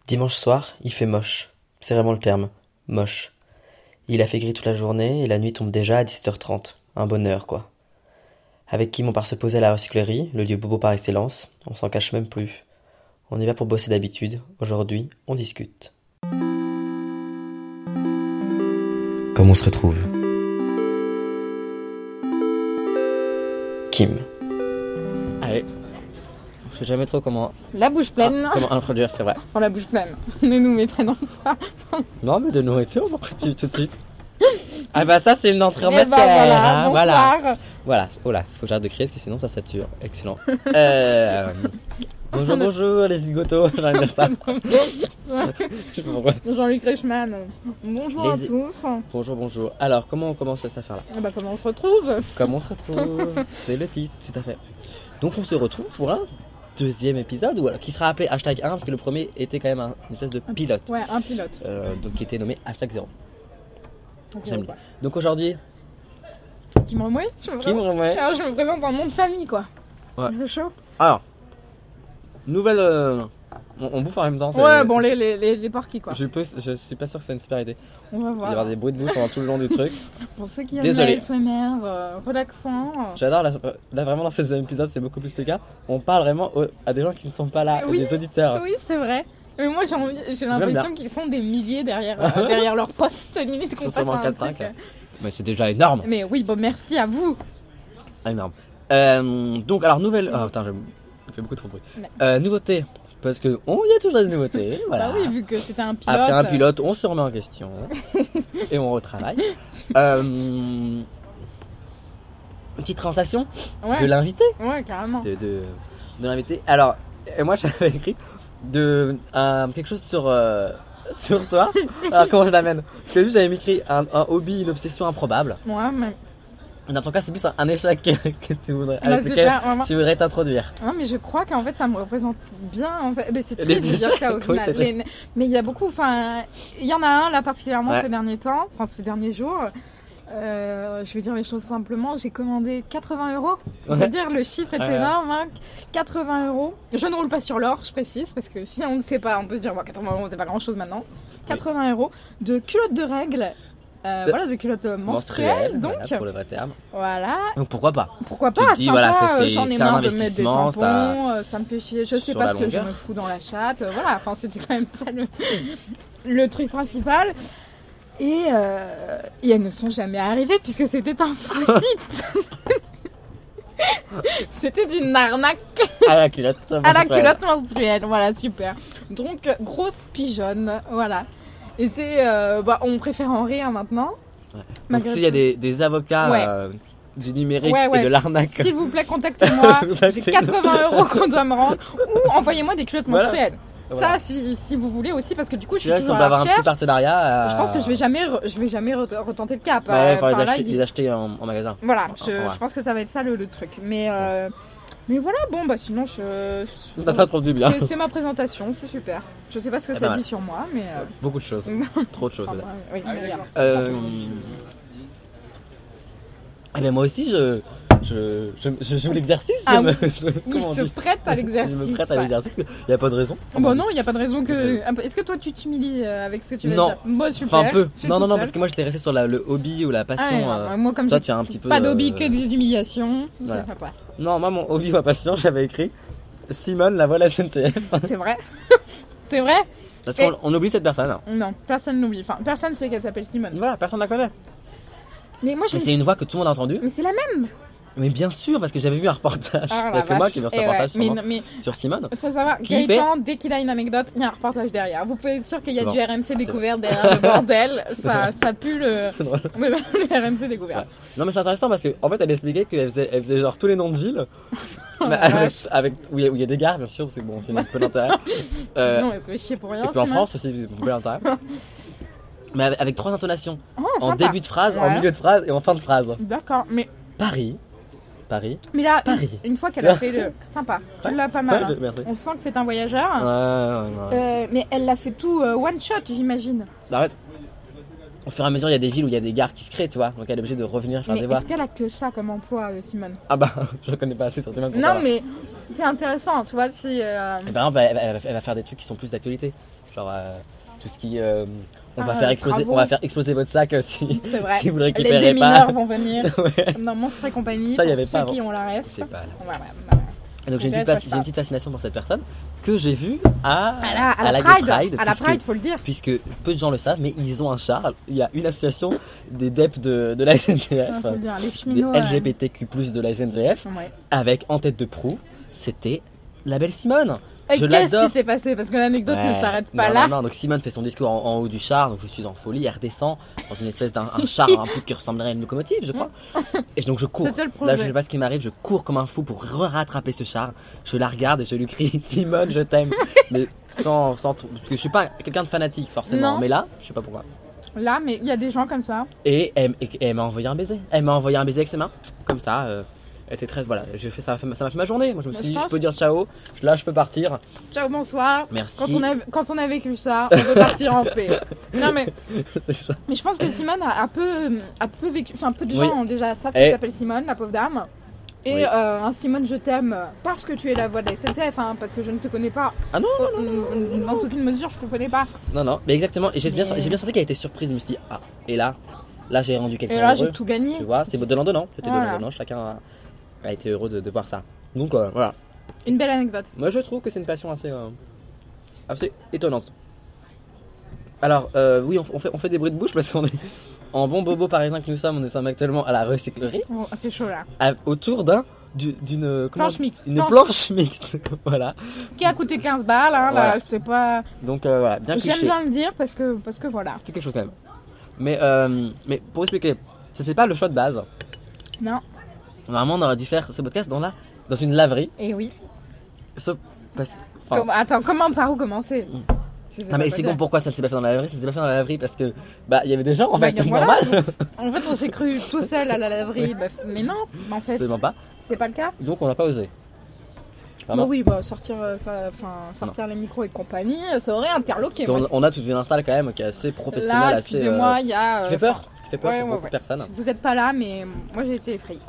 Dimanche soir, il fait moche. C'est vraiment le terme. Moche. Il a fait gris toute la journée et la nuit tombe déjà à 17h30. Un bonheur, quoi. Avec Kim, on part se poser à la recyclerie, le lieu bobo par excellence. On s'en cache même plus. On y va pour bosser d'habitude. Aujourd'hui, on discute. Comment on se retrouve? Kim. Allez, je sais jamais trop comment... La bouche pleine. comment introduire, c'est vrai. Enfin, la bouche pleine. Ne nous méprenons pas. Non, mais de nourriture, pourquoi tu tout de suite? Ah bah ça, c'est une entrée en Eh matière. ben voilà, hein, bonsoir. Voilà. Oh là, faut que j'arrête de crier parce que sinon ça sature. Excellent. Bonjour les zigotos, j'ai envie de dire ça. Je sais pas pourquoi. Jean-Luc Reichmann. Bonjour Les- à tous. Bonjour. Alors, comment on commence cette affaire-là? Eh ben, comment on se retrouve? Comment on se retrouve? C'est le titre, tout à fait. Donc on se retrouve pour un deuxième épisode, qui sera appelé #1 parce que le premier était quand même une espèce de pilote. Ouais, un pilote. Donc qui était nommé #0. Ok, J'aime ouais. bien. Donc aujourd'hui, Kim Remoué Kim Remoué. Alors, je me présente en nom de famille, quoi. Ouais. C'est chaud. Alors, nouvelle. On bouffe en même temps. Ouais, bon, les porquis, quoi. Je suis pas sûr que c'est une super idée. On va Il va y avoir voir. des bruits de bouche pendant tout le long du truc. Pour ceux qui aiment Désolé. l'ASMR, relaxant. J'adore, là vraiment dans ce deuxième épisode, c'est beaucoup plus le cas. On parle vraiment à des gens qui ne sont pas là, Oui. des auditeurs. Oui, c'est vrai. Mais moi, j'ai l'impression qu'ils sont des milliers derrière leur poste, limite qu'on Ils sont passe sûrement à un 4-5. truc. Mais c'est déjà énorme. Mais oui, bon, merci à vous. Énorme. Donc, alors, nouvelle. Oh putain, j'ai fait beaucoup trop de bruit. Nouveauté. Parce que il y a toujours des nouveautés. Voilà. Bah oui, vu que c'était un pilote. Après un pilote, on se remet en question et on retravaille. Petite présentation Ouais. de l'invité. Ouais, carrément. De l'invité. Alors, moi j'avais écrit quelque chose sur toi. Alors, comment je l'amène? Parce que j'avais écrit un hobby, une obsession improbable. Ouais, mais. Dans ton cas, c'est plus un échec que tu voudrais, Bah, avec lequel super, vraiment. tu voudrais t'introduire. Non, mais je crois qu'en fait ça me représente bien. En fait. Mais c'est Les triste de dire ça au échecs, final. oui, c'est triste. Mais il y a beaucoup. Enfin, il y en a un là particulièrement Ouais. ces derniers temps. Enfin, ces derniers jours. Je vais dire les choses simplement. J'ai commandé 80 €. On va Ouais. dire le chiffre est Ouais. énorme. Hein. 80 €. Je ne roule pas sur l'or, je précise, parce que si on ne sait pas, on peut se dire bon, 80 €, c'est pas grand chose maintenant. 80 € de culottes de règles. Voilà, de culottes menstruelles. Donc, voilà, pour le vrai terme. voilà. Donc pourquoi pas? Pourquoi Tu pas, te dis, sympa, voilà, ça, j'en ai c'est un marre de mettre des investissement, tampons, ça me fait chier, je sais sur pas la ce que je longueur. me fous dans la chatte, voilà, enfin c'était quand même ça le truc principal. Et elles ne sont jamais arrivées puisque c'était un faux site. C'était une arnaque À la culotte. à la culotte menstruelle, voilà, super. Donc, grosse pigeonne, voilà. Et c'est, on préfère en rire maintenant. Donc Malgré s'il y a tout. des avocats Ouais. du numérique Ouais. et de l'arnaque. S'il vous plaît, contactez-moi. J'ai Contactez-nous. 80 € qu'on doit me rendre. Ou envoyez-moi des culottes Voilà. menstruelles. Voilà. Ça, si vous voulez aussi, parce que du coup, je Si suis là, si toujours on à peut la avoir un petit recherche. partenariat. Je pense que je vais jamais retenter le cap. Ouais, il faudrait Enfin, là, les acheter en magasin. Voilà, Ouais. je pense que ça va être ça le truc. Mais voilà, bon, bah sinon, T'as pas trop du bien. c'est ma présentation, c'est super. Je sais pas ce que Ah, ça pas mal. dit sur moi, mais. Beaucoup de choses. Trop de choses. Ah, peut-être. bah, oui, regarde. Eh ben moi aussi, je joue l'exercice. Ah je Il comment on se dit prête à Je l'exercice. me prête à l'exercice. Il n'y a pas de raison. Bon, non, il n'y a pas de raison que. Est-ce que toi, tu t'humilies avec ce que tu vas Non. dire? Moi, super. Enfin, un peu. je suis Non, toute parce seule. que moi j'étais resté sur le hobby ou la Ah, passion. ouais, moi, comme toi, j'ai tu as un petit peu. pas d'hobby que des humiliations, voilà. ça va pas. Non, moi, mon hobby, ma passion, j'avais écrit Simone, la voix de la SNCF. C'est vrai. C'est vrai? Parce qu'on oublie cette personne. Non, personne n'oublie. Enfin, personne sait qu'elle s'appelle Simone. Voilà, personne la connaît. Mais moi, Mais c'est une voix que tout le monde a entendue. Mais c'est la même. Mais bien sûr, parce que j'avais vu un reportage. Ah, Il y la a que moi vache. qui ai vu un Et reportage ouais, sûrement, mais sur Simone. il faut savoir, Qui Gaëtan, dès qu'il a une anecdote, il y a un reportage derrière. Vous pouvez être sûr qu'il y a C'est du bon. RMC C'est découvert derrière le bordel. Ça pue le C'est drôle. RMC découvert. Ouais. Non, mais c'est intéressant parce qu'en fait, elle expliquait qu'elle faisait genre tous les noms de villes. Oh, Mais la vache. où il y a des gares, bien sûr, parce que bon, c'est peu d'intérêt. Non, elle se fait chier pour rien. Et puis en Simone. France aussi, c'est peu d'intérêt. Mais avec 3 intonations. Oh, En sympa. début de phrase, en Ouais. milieu de phrase et en fin de phrase. D'accord, mais Paris. Mais là, Paris. une fois qu'elle a fait le. Sympa, tu l'as pas mal. Ouais, hein. merci. On sent que c'est un voyageur. Ouais. Mais elle l'a fait tout one shot, j'imagine. Bah, en fait, au fur et à mesure, il y a des villes où il y a des gares qui se créent, tu vois. Donc elle est obligée de revenir faire Mais des voix. est-ce qu'elle a que ça comme emploi, Simone? Ah bah, je connais pas assez sur Simone pour Non, savoir. mais c'est intéressant, tu vois, si... Et par exemple, elle va faire des trucs qui sont plus d'actualité. Genre, tout ce qui... on va faire exploser votre sac si, c'est vrai. si vous le Les récupérez démineurs pas. vont venir. Ouais. Dans Monstres et compagnie, Ça, y pour avait ceux pas qui avant. ont la ref. Je sais pas. Ouais. Et donc j'ai une petite fascination pour cette personne que j'ai vue à la Gay Pride. À la Pride, faut le dire. Puisque peu de gens le savent, mais ils ont un char. Il y a une association des DEP de la SNCF, Faut le dire, les des cheminots. LGBTQ+, de la SNCF, Ouais. avec en tête de proue, c'était la belle Simone. Et Je qu'est-ce l'adore. qui s'est passé? Parce que l'anecdote ne Ouais. s'arrête pas Non, là. non, donc Simone fait son discours en haut du char, donc je suis en folie, elle redescend dans une espèce d'un char un peu qui ressemblerait à une locomotive, je crois. Et donc je cours. C'était le projet. Là, je sais pas ce qui m'arrive, je cours comme un fou pour rattraper ce char. Je la regarde et je lui crie Simone, je t'aime. Mais sans parce que je suis pas quelqu'un de fanatique forcément, Non. mais là, je sais pas pourquoi. Là, mais il y a des gens comme ça. Et elle m'a envoyé un baiser. Elle m'a envoyé un baiser avec ses mains, comme ça. Elle était très voilà, j'ai fait ça m'a fait ma journée. Moi je me suis dit je peux dire ciao, là je peux partir. Ciao, bonsoir. Merci. Quand on a vécu ça, on peut partir en paix. Non mais, C'est ça. mais je pense que Simone a peu vécu. Enfin, peu de gens Oui. ont déjà savent Et- qu'elle s'appelle Simone, la pauvre dame. Et Oui. un Simone, je t'aime parce que tu es la voix de la SNCF, hein, parce que je ne te connais pas. Ah non, Dans aucune mesure, je te connais pas. Non, mais exactement. Et j'ai bien Mais- senti qu'elle était surprise. Je me suis dit ah. Et là j'ai rendu quelqu'un Et là, heureux. j'ai tout gagné. Tu vois, c'est de l'endonnant. C'était Voilà. de l'endonnant. Chacun a été heureux de voir ça. Donc voilà. Une belle anecdote. Moi je trouve que c'est une passion assez étonnante. Alors oui, on fait des bruits de bouche parce qu'on est en bon bobo parisien que nous sommes actuellement à la recyclerie Oh, c'est chaud là. autour d'une Planche mixte. Une planche mixte. Voilà. Qui a coûté 15 balles, hein, Voilà. là, c'est pas. Donc voilà, bien J'aime cliché. bien le dire parce que voilà. C'est quelque chose quand même. Mais pour expliquer, ça c'est pas le choix de base. Non. Normalement, on aurait dû faire ce podcast dans une laverie. Et oui. Sauf enfin, Attends, par où commencer? Je sais non pas mais quoi expliquons dire. pourquoi ça ne s'est pas fait dans la laverie. Ça ne s'est pas fait dans la laverie parce que il y avait des gens en Bah, fait, c'est voilà. normal. En fait, on s'est cru tout seul à la laverie. Bah, mais non, en fait, Absolument pas. c'est pas le cas. Donc on n'a pas osé. Bah Vraiment. oui, bah, sortir les micros et compagnie, ça aurait interloqué. Parce Moi, qu'on a toute une install quand même qui est assez professionnelle, là, assez. excusez-moi, il y a. Qui fait peur. Qui fait peur ouais, pour ouais, beaucoup ouais. de personnes. Vous êtes pas là, mais moi j'ai été effrayée.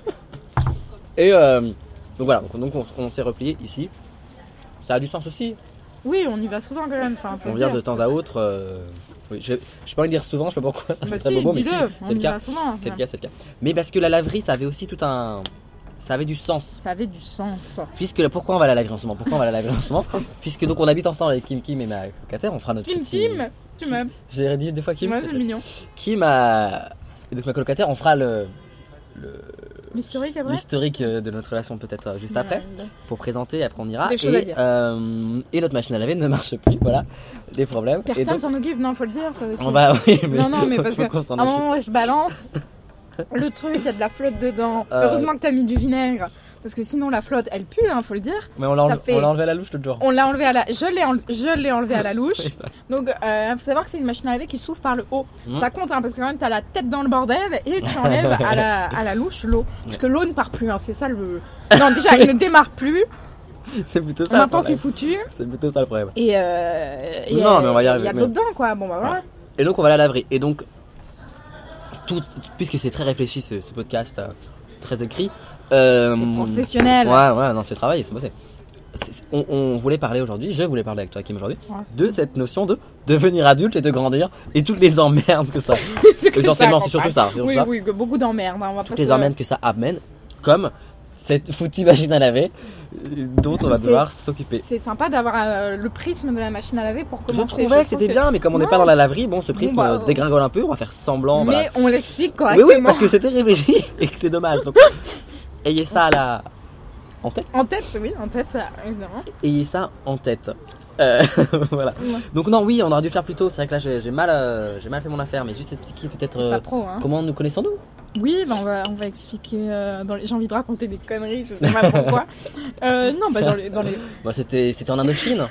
Et donc voilà, donc on s'est replié ici. Ça a du sens aussi. Oui, on y va souvent quand même. Enfin, faut On le vient dire. de temps à autre. Oui, je pas envie de dire souvent, je sais pas pourquoi, ça Bah fait très si, bobo, mais si, dis-le, c'est on le y cas. va souvent. C'est le cas, c'est le cas. Mais parce que la laverie, ça avait aussi ça avait du sens. Ça avait du sens. Puisque pourquoi on va à la laverie en ce moment Puisque donc on habite ensemble avec Kim et ma colocataire, on fera notre Kim, petit... tu m'aimes. J'ai dit deux fois Kim. Moi, c'est mignon. Kim a... Et donc ma colocataire, on fera L'historique après. l'historique de notre relation peut-être juste après, Ouais. pour présenter, après on ira. Des choses à dire. Et notre machine à laver ne marche plus, voilà, des problèmes. Et Personne donc, s'en occupe, non, faut le dire, ça aussi. on va... Oui, mais... Non, mais parce faut que qu'on s'en à un occupe. moment, je balance le truc, il y a de la flotte dedans. Ah, Heureusement que t'as mis du vinaigre. Parce que sinon, la flotte, elle pue, hein, faut le dire. Mais on l'a ça enlevé, fait- on l'a enlevé à la louche l'autre jour. On l'a enlevé je l'ai enlevé à la louche. Oui, ça. Donc, faut savoir que c'est une machine à laver qui s'ouvre par le haut. Mhm. Ça compte, hein, parce que quand même, t'as la tête dans le bordel et tu enlèves à la louche l'eau. Parce que l'eau ne part plus, hein, c'est ça le. Non, déjà, il ne démarre plus. C'est plutôt ça. le Maintenant, c'est problème. foutu. C'est plutôt ça le problème. Et Non, mais on va y arriver, il y a de mais- l'eau dedans, quoi. Bon, bah voilà. Et donc on va à la laverie. Et donc, puisque c'est très réfléchi ce podcast, très écrit. C'est professionnel. Ouais, non, c'est travaillé, c'est bossé. On voulait parler aujourd'hui, je voulais parler avec toi Kim aujourd'hui, Ouais. de cette notion de devenir adulte et de grandir et toutes les emmerdes que ça. C'est que ça Essentiellement, c'est accompagne. surtout ça. c'est surtout Oui, ça. oui, que beaucoup d'emmerdes. Hein, on va Toutes pas les se- emmerdes que ça amène, comme cette foutue machine à laver dont on va C'est- devoir s'occuper. C'est sympa d'avoir le prisme de la machine à laver pour Je commencer. trouvais que c'était trouve bien, mais comme on n'est Non. pas dans la laverie, bon, ce prisme Bon, bah, dégringole un peu, on va faire semblant. Mais voilà. on l'explique Oui, correctement. oui, parce que c'était réfléchi et que c'est dommage. Donc, ayez ça en tête. En tête, oui, en tête, ça, évidemment. Ayez ça en tête. Voilà. Ouais. Donc non, oui, on aurait dû le faire plus tôt. C'est vrai que là, j'ai mal fait mon affaire, mais juste expliquer peut-être Pas pro, hein. comment nous connaissons-nous. Oui, bah on va expliquer. J'ai envie de raconter des conneries, je sais pas pourquoi. Non, bah dans les. Bon, c'était en Indochine,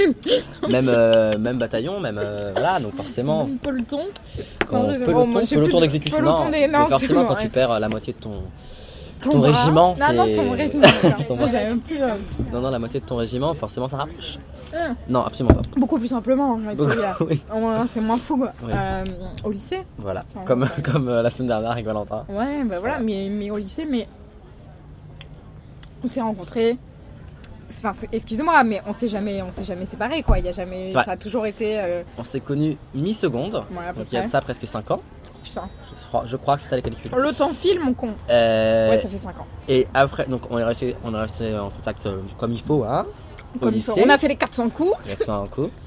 même bataillon, voilà. Donc forcément, Peloton. quand Non, je sais pas. peloton, Moi, j'ai peloton plus de- d'exécution. peloton des- non, mais forcément, c'est quand bon, tu ouais. perds la moitié de ton Ton bras. régiment, Non, non, c'est- ton régiment. Ton Moi, bras. j'avais même plus. non, la moitié de ton régiment, forcément, ça rapproche. euh, Non, absolument pas. Beaucoup plus simplement, j'ai envie de te dire. Oui, C'est moins fou, quoi. Oui. Au lycée. voilà. Ça, on Comme va faire. la semaine dernière avec Valentin. Ouais, bah voilà, Voilà. mais au lycée, mais on s'est rencontrés excusez-moi, mais on s'est jamais séparés, quoi. Il y a jamais, Ouais. ça a toujours été. On s'est connus mi-seconde, Ouais, à peu donc il y a près. de ça presque 5 ans. Putain. Je crois que c'est ça les calculs. Le temps file, mon con. Ouais, ça fait 5 ans. Et après, donc on est resté en contact comme il faut, hein. Comme au il faut. lycée. On a fait les 400 coups. Exactement, un coup.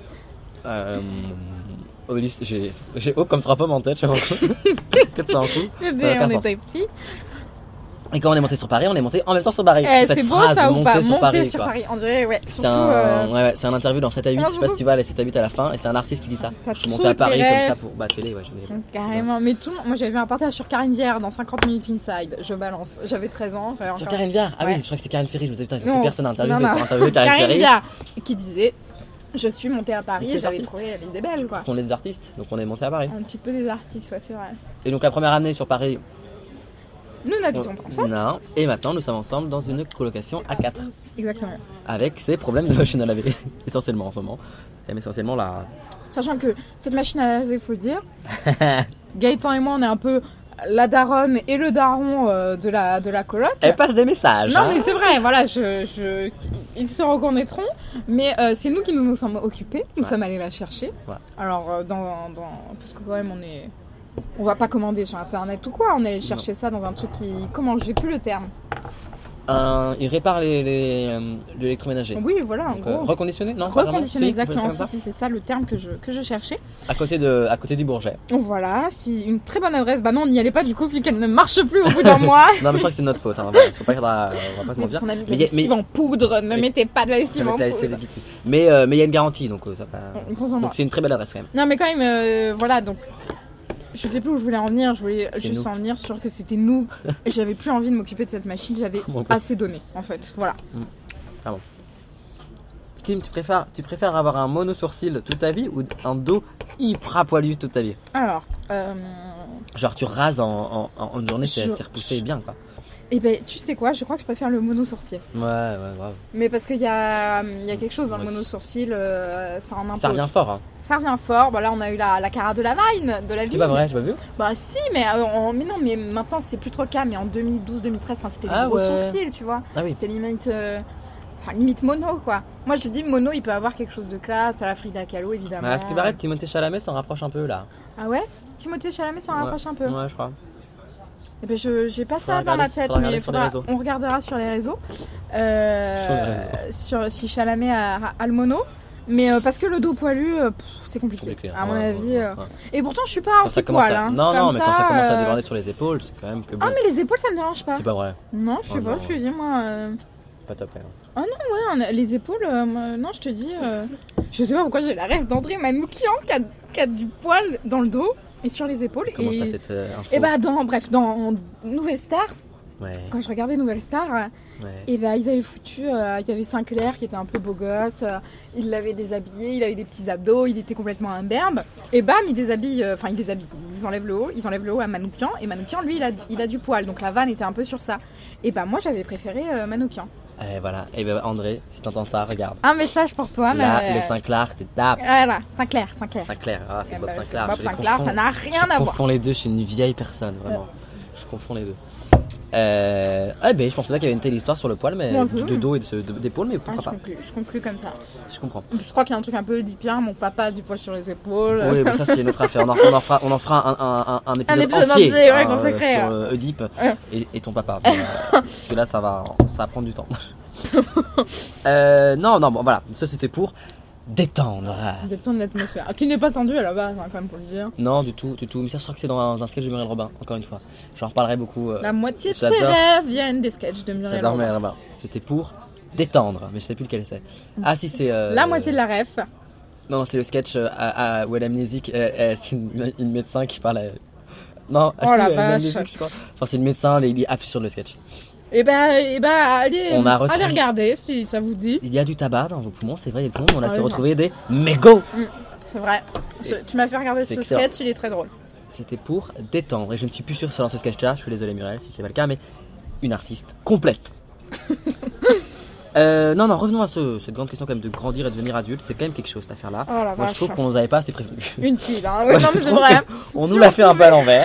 Au lycée, j'ai haut comme 3 pommes en tête, je sais pas. 400 coups. On aucun sens. était petits. Et quand on est monté sur Paris, on est monté en même temps sur Paris. Cette C'est beau phrase, ça ou pas? monter sur Paris, sur quoi. Paris. On dirait, ouais. C'est Surtout. c'est un interview dans 7 à 8, je sais pas si tu vas, les 7 à 8 à la fin, et c'est un artiste qui dit ça. T'as Je suis monté à toutes les Paris comme ça rêves. pour. Bah, télé, ouais, j'avais. Carrément. Mais tout le monde. Moi, j'avais vu un partage sur Karine Viard dans 50 minutes inside. Je balance. J'avais 13 ans. j'avais Sur encore- Karine Viard. Ah Ouais. oui, je crois que c'était Karine Ferry, je me disais, putain, j'ai Non. plus personne à interviewer Non, pour non. interviewer Karine Karine Ferry. Viard qui disait je suis montée à Paris Mais et quels j'avais artistes trouvé l'idée belle, quoi. On est des artistes, donc on est monté à Paris. Un petit peu des artistes, ouais, c'est vrai. Et donc la première année sur Paris, Nous n'habitons pas ensemble. non. Et maintenant, nous sommes ensemble dans une colocation à 4. Exactement. Avec ses problèmes de machine à laver, essentiellement en ce moment. C'est quand même essentiellement la. Sachant que cette machine à laver, faut le dire, Gaëtan et moi, on est un peu la daronne et le daron de la coloc. Elle passe des messages. Non hein. mais c'est vrai, voilà, ils se reconnaîtront, mais c'est nous qui nous sommes occupés, nous Ouais. sommes allés la chercher. Ouais. Alors parce que quand même on va pas commander sur internet ou quoi, on est allé chercher ça dans un truc comment, j'ai plus le terme. Il répare l'électroménager. Oui, voilà, en Donc, gros. reconditionné, non pas Reconditionner, vraiment Si, on peut exactement, dire ça comme c'est ça le terme que je cherchais. ça. À côté du Bourget. Voilà, si une très bonne adresse, bah non, on n'y allait pas du coup, vu qu'elle ne marche plus au bout d'un mois. Non, mais je crois que c'est notre faute. Hein, voilà, on va pas se Mais mentir. on a mis de Mais la lessive en poudre, ne mais- mettez pas de la lessive en Avec la poudre. SC Legacy. Mais il y a une garantie, donc ça va. Grosso Donc c'est une très belle adresse quand même. Non mais quand même, voilà, donc je sais plus où je voulais en venir, je voulais C'est juste nous. en venir sur que c'était nous, et j'avais plus envie de m'occuper de cette machine, j'avais Moi, pas. assez donné en fait, voilà. Kim, tu préfères avoir un mono sourcil toute ta vie ou un dos hyper poilu toute ta vie? Alors, Genre tu rases en une journée, Je- c'est repoussé bien quoi. et ben tu sais quoi, je crois que je préfère le mono sourcil. Ouais, grave. Mais parce qu'il y a quelque chose dans le Ouais, mono sourcil, ça en impose. Ça revient fort, hein. Ça revient fort, bah là on a eu la cara de la Vine, de la C'est ville. pas vrai, j'ai pas vu. Bah si, mais, mais non, mais maintenant c'est plus trop le cas, mais en 2012-2013, c'était des Ah gros ouais. sourcils, tu vois. Ah oui. C'était limite mono quoi. Moi je dis mono il peut avoir quelque chose de classe à la Frida Kahlo évidemment. Mais à ce qui paraît, Timothée Chalamet s'en rapproche un peu là. Ah ouais, Timothée Chalamet s'en Ouais. rapproche un peu. Ouais, je crois. Et ben j'ai pas ça Faudra dans ma regarder- tête, faudra mais regarder sur les réseaux. on regardera sur les réseaux. Sur les Si Chalamet a le mono. Mais parce que le dos poilu, c'est compliqué. À mon avis. Et pourtant je suis pas Quand ça anti-poil. commence à... Hein. Non, Comme mais quand ça commence à euh, déborder sur les épaules, c'est quand même que bon. Ah mais les épaules ça me dérange pas. C'est pas vrai, Non, je sais Oh pas, non. je te dis moi. pas top quand même. Ouais, les épaules, non, je te dis, je sais pas pourquoi j'ai la rêve d'André Manoukian qui a du poil dans le dos et sur les épaules. Comment et t'as cette info? et bah, dans Nouvelle Star, Ouais, quand je regardais Nouvelle Star, ouais. et bah, ils avaient foutu, il y avait Sinclair qui était un peu beau gosse, il l'avait déshabillé, il avait des petits abdos, il était complètement imberbe, et bam, ils enlèvent le haut à Manoukian, et Manoukian, lui, il a du poil, donc la vanne était un peu sur ça. Et bah, moi, j'avais préféré Manoukian. Et voilà. Et ben André, si t'entends ça, regarde. Un message pour toi, Là, mais... le Sinclair, t'es tape. Voilà, Sinclair. Sinclair, ah, c'est Eh Bob ben, Sinclair. Bob je les Sinclair, confonds. ça n'a rien Je à voir. confonds les deux, je suis une vieille personne, vraiment. Je confonds les deux. Je pensais pas qu'il y avait une telle histoire sur le poil, mais Moi, de dos et d'épaule, mais Ah, pourquoi pas. je conclus comme ça. Je comprends. Je crois qu'il y a un truc un peu édipien, mon papa a du poil sur les épaules. Oui, mais ça c'est une autre affaire. On en fera un épisode épisode entier, entier, ouais, consacré, sur ouais. Oedipe Ouais. et ton papa. Mais, parce que là, ça va prendre du temps. Non, bon, voilà. Ça c'était pour détendre. Détendre l'atmosphère. Qui n'est pas tendu à la base, hein, quand même, pour le dire. Non, du tout. Mais ça, je crois que c'est dans un sketch de Muriel Robin, encore une fois. J'en reparlerai beaucoup. La moitié de ses j'adore. rêves viennent des sketchs de Muriel J'adore Robin. Muriel Robin. C'était pour détendre, mais je sais plus lequel c'est. Ah, si, c'est. La moitié de la ref. Non, c'est le sketch où elle est amnésique. C'est une médecin qui parle. Non, Oh la elle est vache. amnésique, je crois. Enfin, c'est une médecin, il est absurde le sketch. Et bah, allez, On a retrouvé- allez regarder si ça vous dit. Il y a du tabac dans vos poumons, c'est vrai, il y a des poumons, mais on a Ah su oui, retrouver des mégots. C'est vrai. Tu m'as fait regarder C'est ce excellent. sketch, il est très drôle. C'était pour détendre. Et je ne suis plus sûr sur ce sketch-là, je suis désolé Muriel si c'est pas le cas, mais une artiste complète. Non, revenons à cette grande question quand même de grandir et de devenir adulte. C'est quand même quelque chose cette affaire-là. Oh la Moi je vache. trouve qu'on nous avait pas assez prévenu. Une pile, hein. Moi, Ouais, non, je mais c'est trouve vrai. On Si nous on l'a fait un peu pouvait- à l'envers.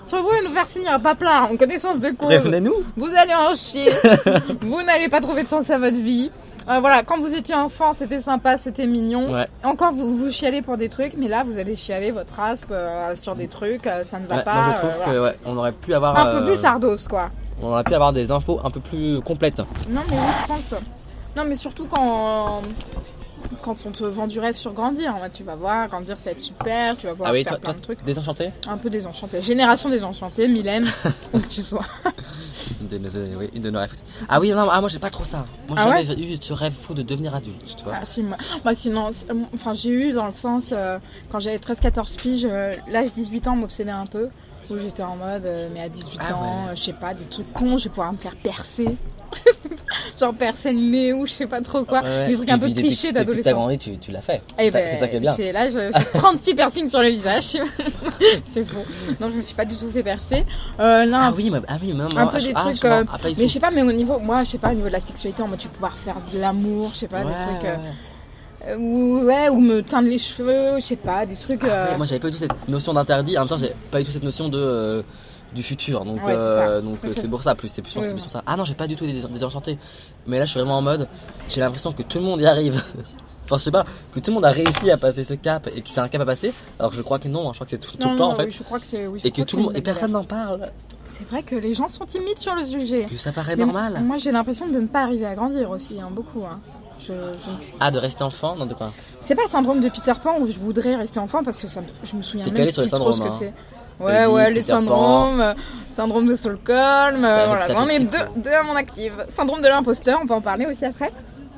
entre vous et nous faire signer un papier en connaissance de cause. Prévenez-nous. Vous allez en chier. Vous n'allez pas trouver de sens à votre vie. Voilà, quand vous étiez enfant, c'était sympa, c'était mignon. Ouais. Encore, vous chialez pour des trucs, mais là, vous allez chialer votre race sur des trucs, ça ne va pas. Moi, je trouve voilà. que on aurait pu avoir Un peu plus sardos, quoi. On aurait pu avoir des infos un peu plus complètes. Non, mais oui, je pense. Non, mais surtout quand on te vend du rêve sur Grandir, tu vas voir, Grandir, ça va être super, tu vas pouvoir faire plein de trucs. Désenchanté. Un peu désenchanté. Génération désenchantée, Mylène, où que tu sois. Une de nos rêves aussi. Ah oui, non, moi j'ai pas trop ça. Moi j'ai jamais eu ce rêve fou de devenir adulte, tu vois. Ah si, moi sinon, enfin j'ai eu dans le sens, quand j'avais 13-14 piges, l'âge 18 ans m'obsédait un peu, où j'étais en mode, mais à 18 ans, je sais pas, des trucs cons, je vais pouvoir me faire percer. Genre percer le nez ou je sais pas trop quoi, des trucs un peu clichés d'adolescence. T'as grandi, tu l'as fait. C'est ça qui est bien. Là, j'ai 36 piercings sur le visage. C'est faux. Non, je me suis pas du tout fait percer. Ah oui, mais un peu des trucs. Mais je sais pas, mais au niveau, moi, je sais pas, au niveau de la sexualité, en mode tu vas pouvoir faire de l'amour, je sais pas, des trucs. Ou me teindre les cheveux, je sais pas, des trucs. Moi, j'avais pas du tout cette notion d'interdit. En même temps, j'avais pas du tout cette notion du futur, donc c'est pour ça, c'est plus sur ça. Ah non, j'ai pas du tout désenchanté, mais là je suis vraiment en mode, j'ai l'impression que tout le monde y arrive. Enfin, je sais pas, que tout le monde a réussi à passer ce cap et que c'est un cap à passer, alors que je crois que non, je crois que c'est tout le temps en fait. Oui, je crois que c'est, et que tout le monde, et personne n'en parle. C'est vrai que les gens sont timides sur le sujet. Que ça paraît normal. Moi j'ai l'impression de ne pas arriver à grandir aussi, beaucoup. Ah, de rester enfant? Non, de quoi? C'est pas le syndrome de Peter Pan où je voudrais rester enfant parce que je me souviens même plus trop ce que c'est. Les syndromes, syndrome de Stockholm, voilà, j'en ai deux à mon actif. Syndrome de l'imposteur, on peut en parler aussi après.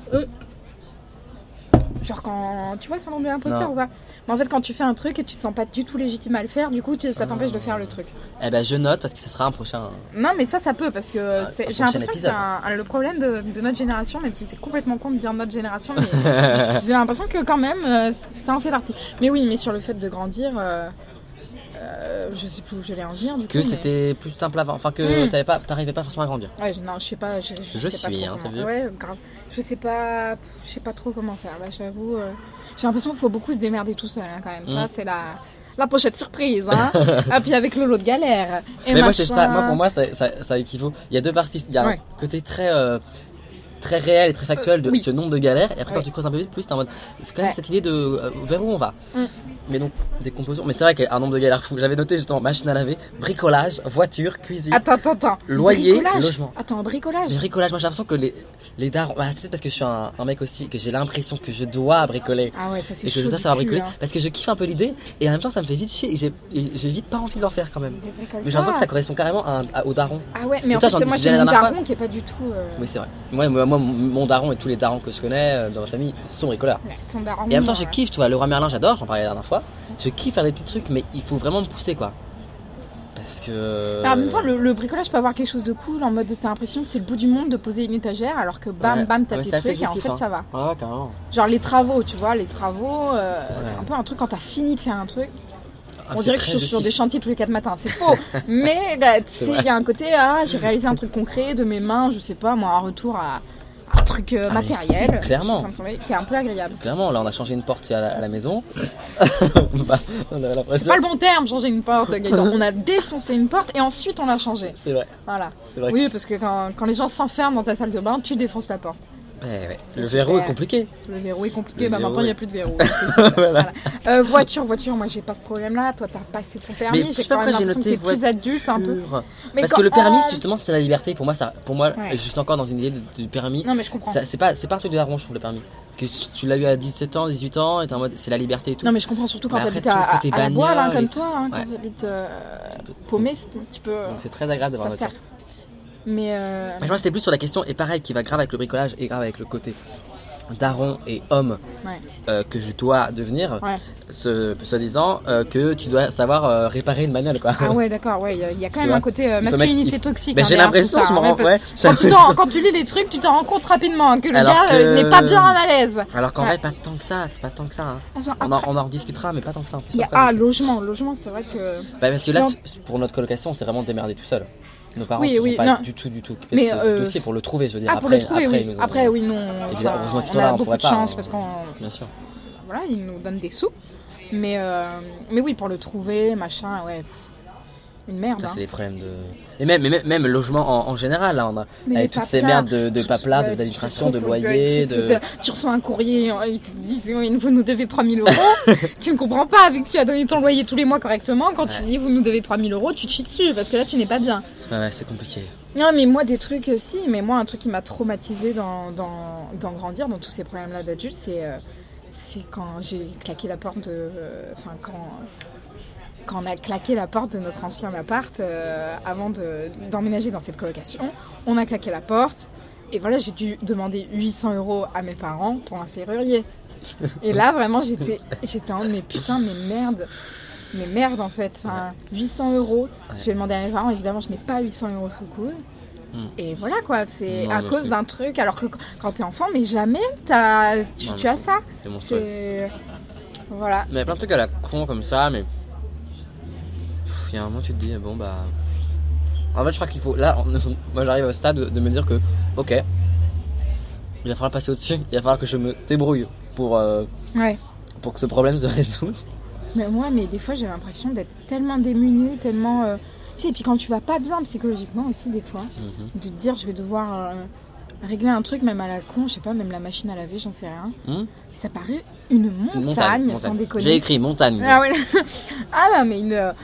Genre quand tu vois syndrome de l'imposteur ou pas? Mais en fait quand tu fais un truc et tu te sens pas du tout légitime à le faire, du coup ça t'empêche de faire le truc. Eh ben je note parce que ça sera un prochain. Non mais ça peut parce que j'ai l'impression que c'est le problème de notre génération, même si c'est complètement con de dire notre génération, mais j'ai l'impression que quand même ça en fait partie. Mais oui, mais sur le fait de grandir. Je sais plus où j'allais en venir du coup. C'était plus simple avant, enfin que t'arrivais pas forcément à grandir. Ouais, non, je sais pas. Je sais suis, pas t'as vu. Ouais, grave. Je sais pas trop comment faire. Là, j'avoue, j'ai l'impression qu'il faut beaucoup se démerder tout seul, quand même. Ça, c'est la pochette surprise, hein. Ah, puis avec le lot de galère. Mais moi, c'est ça. Moi, pour moi, ça équivaut. Il y a deux parties. Il y a un côté très réel et très factuel de ce nombre de galères, et après quand tu creuses un peu vite plus t'es en mode c'est quand même cette idée de vers où on va. Mais donc des compositions, mais c'est vrai qu'il y a un nombre de galères fou. J'avais noté justement machine à laver, bricolage, voiture, cuisine, attends, loyer, logement. Bricolage. Mais bricolage, moi j'ai l'impression que les darons, c'est peut-être parce que je suis un mec aussi que j'ai l'impression que je dois bricoler. Ah ouais, ça c'est et que je dois savoir bricoler parce que je kiffe un peu l'idée et en même temps ça me fait vite chier et j'ai vite pas envie de leur faire quand même. Mais j'ai l'impression que ça correspond carrément au daron. Ah ouais, mais en fait moi j'ai mon daron qui est pas du tout Oui, c'est vrai. Moi mon daron et tous les darons que je connais dans ma famille sont bricoleurs. Ton daron, et en même temps je kiffe, tu vois, le roi Merlin j'adore, j'en parlais la dernière fois. Je kiffe faire des petits trucs, mais il faut vraiment me pousser quoi. Parce que. En même temps, le bricolage peut avoir quelque chose de cool en mode t'as l'impression que c'est le bout du monde de poser une étagère alors que bam t'as tes trucs et en fait ça va. Ouais, carrément. Genre les travaux, tu vois, c'est un peu un truc quand t'as fini de faire un truc. On dirait que je suis sur des chantiers tous les 4 matins, c'est faux. Mais tu sais, il y a un côté, j'ai réalisé un truc concret de mes mains, je sais pas, moi, un retour à un truc matériel, clairement, qui est un peu agréable. Clairement, là on a changé une porte à la maison. On avait l'impression. C'est pas le bon terme, changer une porte, Gaëtan. On a défoncé une porte et ensuite on l'a changée. C'est vrai. Voilà. C'est vrai. Oui, parce que quand les gens s'enferment dans ta salle de bain, tu défonces la porte. Ouais. Le verrou est compliqué. Le verrou est compliqué, maintenant il n'y a plus de verrou. Voilà. Voiture, moi j'ai pas ce problème-là. Toi t'as passé ton permis, j'ai quand même l'impression que t'es plus adulte un peu. Mais parce que le permis, justement, c'est la liberté. Pour moi, je suis encore dans une idée du permis. Non, mais je comprends. C'est pas un truc de daron, je trouve, le permis. Parce que tu l'as eu à 17 ans, 18 ans, et t'es en mode c'est la liberté et tout. Non, mais je comprends surtout quand t'habites à la bois, comme toi, quand t'habites paumé, tu peux. Donc c'est très agréable d'avoir une voiture. Mais je vois c'était plus sur la question, et pareil, qui va grave avec le bricolage et grave avec le côté daron et homme que je dois devenir, soi-disant que tu dois savoir réparer une bagnole quoi. Ah ouais, d'accord, il y a quand même un côté masculinité toxique. Mais j'ai l'impression, quand tu lis les trucs, tu t'en rends compte rapidement que le gars n'est pas bien à l'aise. Alors qu'en vrai, pas tant que ça. On en rediscutera, mais pas tant que ça. Logement, c'est vrai que. Parce que là, pour notre colocation, on s'est vraiment démerdé tout seul. Nos parents ne sont pas du tout. Mais dossier pour le trouver, je veux dire. Pour le trouver, oui. Après, oui, non. Heureusement qu'ils sont là, on beaucoup pourrait de pas. chance parce qu'on. Bien sûr. Voilà, ils nous donnent des sous. Mais oui, pour le trouver, machin, ouais. une merde. Ça, c'est des problèmes de. Et même le logement en général, là, on a avec toutes ces merdes de papelard, d'administration, de loyer. Tu reçois un courrier, ils te disent vous nous devez 3 000 €. Tu ne comprends pas, vu que tu as donné ton loyer tous les mois correctement. Quand tu dis vous nous devez 3 000 €, tu te chies dessus parce que là, tu n'es pas bien. Ouais, c'est compliqué. Non, mais moi, des trucs, si, mais moi, un truc qui m'a traumatisée dans grandir, dans tous ces problèmes-là d'adulte, c'est quand j'ai claqué la porte de. Enfin, quand on a claqué la porte de notre ancien appart avant d'emménager dans cette colocation, on a claqué la porte et voilà, j'ai dû demander 800 € à mes parents pour un serrurier. Et là, vraiment, j'étais en mais putain, mais merde en fait. Enfin, 800 €, je vais demander à mes parents, évidemment, je n'ai pas 800 € sous le coude. Et voilà quoi, c'est à cause d'un truc, alors que quand t'es enfant, mais jamais tu as ça. C'est voilà. Mais il y a plein de trucs à la con comme ça, mais. Il y a un moment tu te dis bon bah en fait je crois qu'il faut là moi j'arrive au stade de me dire que ok il va falloir passer au-dessus, il va falloir que je me débrouille pour que ce problème se résolve. Mais des fois j'ai l'impression d'être tellement démunie, tellement et puis quand tu vas pas bien psychologiquement aussi des fois, de te dire je vais devoir régler un truc même à la con, je sais pas, même la machine à laver, j'en sais rien. Ça paraît une montagne sans déconner. J'ai écrit montagne. Ah ouais. Ah non mais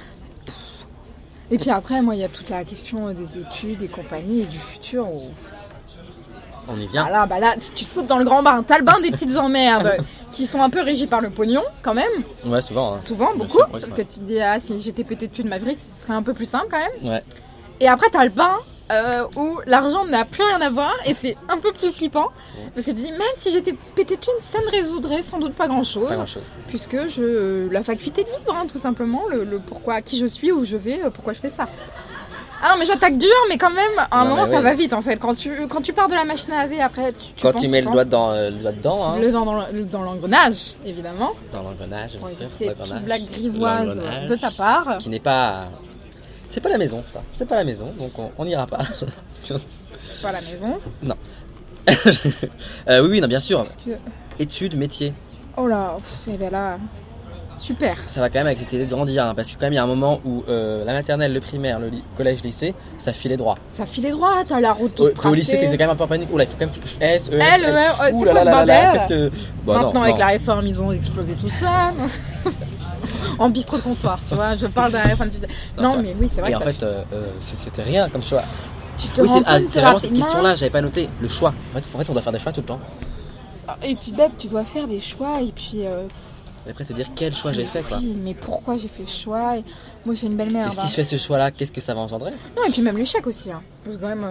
Et puis après, moi, il y a toute la question des études et compagnie et du futur. On y vient. Bah là, tu sautes dans le grand bain. T'as le bain des petites emmerdes qui sont un peu régies par le pognon, quand même. Ouais, souvent. Hein. Souvent, beaucoup. Parce que tu te dis, si j'étais pété de thunes ma vie, ce serait un peu plus simple, quand même. Ouais. Et après, t'as le bain où l'argent n'a plus rien à voir et c'est un peu plus flippant. Parce que tu te dis, même si j'étais pété de thunes, ça ne résoudrait sans doute pas grand-chose. Puisque la faculté de vivre, hein, tout simplement. Le pourquoi, qui je suis, où je vais, pourquoi je fais ça. Ah non, mais j'attaque dur, mais quand même, à un moment, ça va vite en fait. Quand tu pars de la machine à laver, après, tu mets le doigt dedans. Hein. Le doigt dans l'engrenage, évidemment. Dans l'engrenage, bien sûr. Toute blague grivoise de ta part. Qui n'est pas. C'est pas la maison, ça. C'est pas la maison, donc on n'ira pas. C'est pas la maison. Non. Oui, non, bien sûr. Études, métiers. Oh là, et bien là. Super. Ça va quand même avec cette idée de grandir, hein, parce que quand même il y a un moment où la maternelle, le primaire, le collège, lycée, ça filait droit. Ça filait droit, t'as la route toute tracée. Au lycée, t'étais quand même un peu en panique. Oula, il faut quand même S, E, S, c'est quoi ce bordel parce que... Maintenant, avec la réforme, ils ont explosé tout ça. En bistrot de comptoir, tu vois, je parle de la réforme. Non, mais oui, c'est vrai. Et en fait, c'était rien comme choix. Tu te rends compte, c'est vraiment cette question-là, j'avais pas noté. Le choix. En fait, on doit faire des choix tout le temps. Et puis, Beb, tu dois faire des choix, et puis. Et après, te dire quel choix j'ai fait, quoi. Oui, mais pourquoi j'ai fait ce choix Moi, j'ai une belle merde. Et si je fais ce choix-là, qu'est-ce que ça va engendrer ? Non, et puis même l'échec aussi. Hein. Parce que quand même.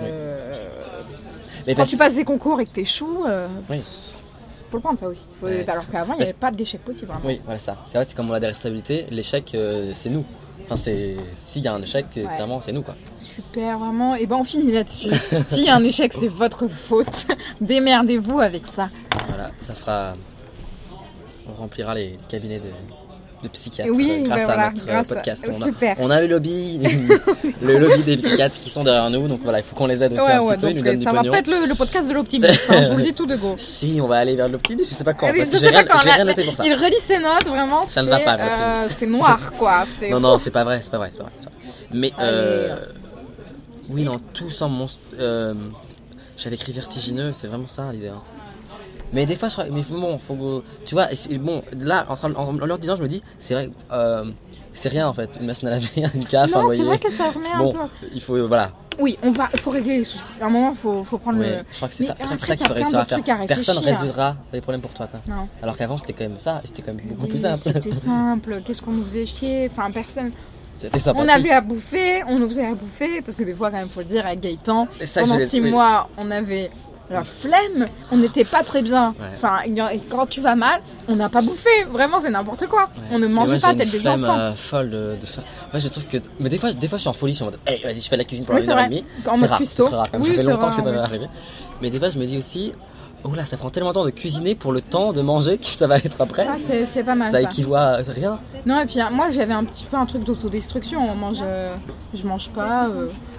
Mais quand tu passes des concours et que t'échoues. Oui. Faut le prendre ça aussi. Alors qu'avant, il n'y avait pas d'échec possible. Vraiment. Oui, voilà ça. C'est vrai, c'est comme on a des responsabilités. L'échec, c'est nous. Enfin, s'il y a un échec, clairement, c'est nous, quoi. Super, vraiment. Et ben, on finit là-dessus. S'il y a un échec, c'est votre faute. Démerdez-vous avec ça. Voilà, ça fera. On remplira les cabinets de psychiatres grâce à notre podcast. On a le lobby, le lobby des psychiatres qui sont derrière nous, donc voilà, il faut qu'on les aide aussi un petit peu, ils nous donnent du pognon. Ça va pas être le podcast de l'optimisme, je vous le dis tout de go. Si, on va aller vers l'optimisme, je sais pas quand, parce que j'ai rien noté pour ça. Il relit ses notes, vraiment, ça ne va pas vers l'optimisme. C'est noir, quoi. Non, c'est pas vrai. Mais, oui, non, tout semble monstre. J'avais écrit vertigineux, c'est vraiment ça l'idée. Mais des fois, je crois, mais bon, faut, tu vois, bon, là, en leur disant, je me dis, c'est vrai, c'est rien en fait, une machine à laver, une café, un loyer. Non, c'est vrai que ça remet un peu. Il faut, voilà. Oui, il faut régler les soucis. À un moment, faut prendre le. Je crois que c'est ça qu'il faut réussir à faire. Personne ne résoudra les problèmes pour toi, quoi. Non. Alors qu'avant, c'était quand même ça, et c'était quand même beaucoup plus simple. C'était simple. Qu'est-ce qu'on nous faisait chier ? Enfin, personne. C'était sympa. On avait à bouffer, on nous faisait à bouffer, parce que des fois, quand même, faut le dire, avec Gaëtan, pendant 6 mois, on avait. La flemme, on n'était pas très bien. Ouais. Enfin, quand tu vas mal, on n'a pas bouffé. Vraiment, c'est n'importe quoi. Ouais. On ne mange pas tel des enfants. Folle de ça. Moi, je trouve que. Mais des fois, je suis en folie. Je suis en mode, hey, vas-y, je fais la cuisine pendant 1h30. En mode cuistot. Ça fait longtemps que c'est pas arrivé. Mais des fois, je me dis aussi, oh là, ça prend tellement de temps de cuisiner pour le temps de manger que ça va être après. Ah, c'est pas mal. Ça équivaut à rien. Non, et puis moi, j'avais un petit peu un truc d'autodestruction. Je mange pas.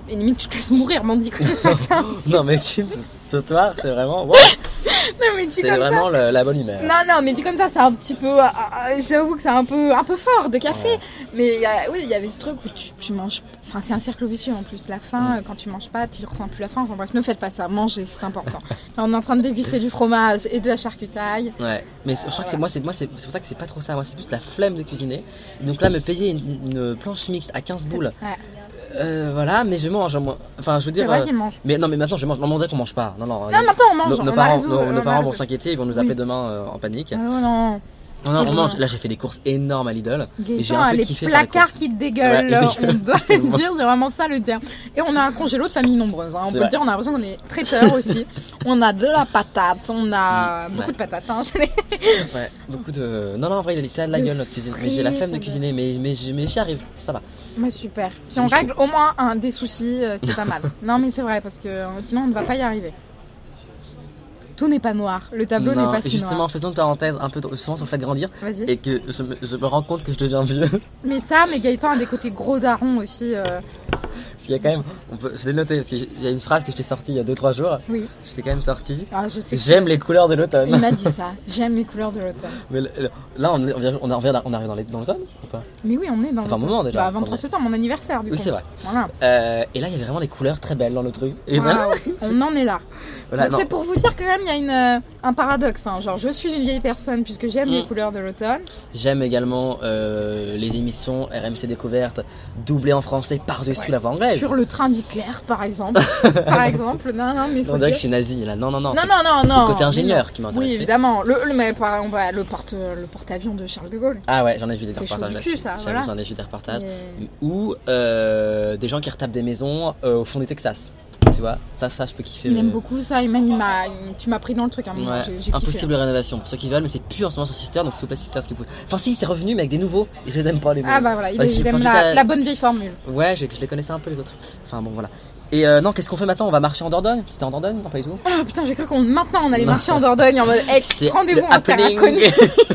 Et limite, tu te laisses mourir, mais on dit comme ça. Non, mais Kim, ce soir, c'est vraiment. Wow. Non, mais c'est vraiment la bonne humeur. Non, mais dit comme ça, c'est un petit peu. J'avoue que c'est un peu fort de café. Ouais. Mais il y avait ce truc où tu manges. Enfin, c'est un cercle vicieux en plus. La faim, quand tu manges pas, tu ressens plus la faim. Enfin bref, ne faites pas ça. Mangez, c'est important. Là, on est en train de déguster du fromage et de la charcutaille. Ouais, mais je crois que c'est pour ça que c'est pas trop ça. Moi, c'est plus la flemme de cuisiner. Donc là, me payer une planche mixte à 15 boules. Ouais. Voilà, mais je mange. Enfin, je veux dire. C'est vrai qu'ils mangent. Mais non, mais maintenant je mange. Non, on dirait qu'on mange pas. Non, maintenant on mange. Nos parents vont s'inquiéter, ils vont nous appeler demain en panique. Non. Non, on mange. Là, j'ai fait des courses énormes à Lidl. Et j'ai un peu kiffé faire les placards qui dégueulent. Ouais, on doit se dire, c'est vraiment ça le terme. Et on a un congélo de famille nombreuse. On peut le dire, on a l'impression qu'on est traiteur aussi. On a de la patate, on a beaucoup de patates. Ouais, beaucoup de. Non, en vrai, ça a de la gueule notre cuisine. Mais j'ai la flemme de cuisiner, mais j'y arrive, ça va. Bah, super. Si on règle au moins des soucis, c'est pas mal. Non, mais c'est vrai, parce que sinon on ne va pas y arriver. Tout n'est pas noir, le tableau n'est pas si justement, noir. faisons une parenthèse un peu souvent sur le fait de grandir. Vas-y. Et que je me rends compte que je deviens vieux. Mais Gaëtan a des côtés gros darons aussi. Parce qu'il y a quand même, je l'ai noté, parce qu'il y a une phrase que je t'ai sortie il y a 2-3 jours. Oui. Je t'ai quand même sortie. Ah, je sais. J'aime les couleurs de l'automne. Il m'a dit ça. J'aime les couleurs de l'automne. Mais là, on arrive dans l'automne ou pas? Mais oui, on est dans. Ça fait un moment déjà. 23 septembre, mon anniversaire du coup. Oui, c'est vrai. Voilà. Et là, il y avait vraiment des couleurs très belles dans le truc. Et on en est là. Voilà, c'est pour vous dire que quand même, il y a un paradoxe. Genre, je suis une vieille personne puisque j'aime les couleurs de l'automne. J'aime également les émissions RMC Découverte doublées en français par-dessus la voix anglaise. Sur le train d'Hitler, par exemple. Non, mais on dirait que je suis nazi là. Non. C'est le côté ingénieur qui m'intéresse. Oui, évidemment. Le porte-avions de Charles de Gaulle. Ah ouais, j'en ai vu des reportages là-dessus. J'en ai vu des reportages. Ou des gens qui retapent des maisons au fond du Texas. Tu vois, ça je peux kiffer. Il aime beaucoup ça, et même tu m'as pris dans le truc. Hein, ouais. j'ai Impossible de rénovation pour ceux qui veulent, mais c'est plus en ce moment sur Sister, donc s'il vous plaît Sister, ce que vous pouvez. Enfin si, c'est revenu, mais avec des nouveaux, et je les aime pas les nouveaux. Ah bah voilà, il aime la bonne vieille formule. Ouais, je les connaissais un peu les autres. Enfin bon voilà. Et non, qu'est-ce qu'on fait maintenant? On va marcher en Dordogne? C'était en Dordogne? Non, pas du tout. Ah putain, j'ai cru maintenant on allait marcher en Dordogne en mode rendez-vous en terre inconnue.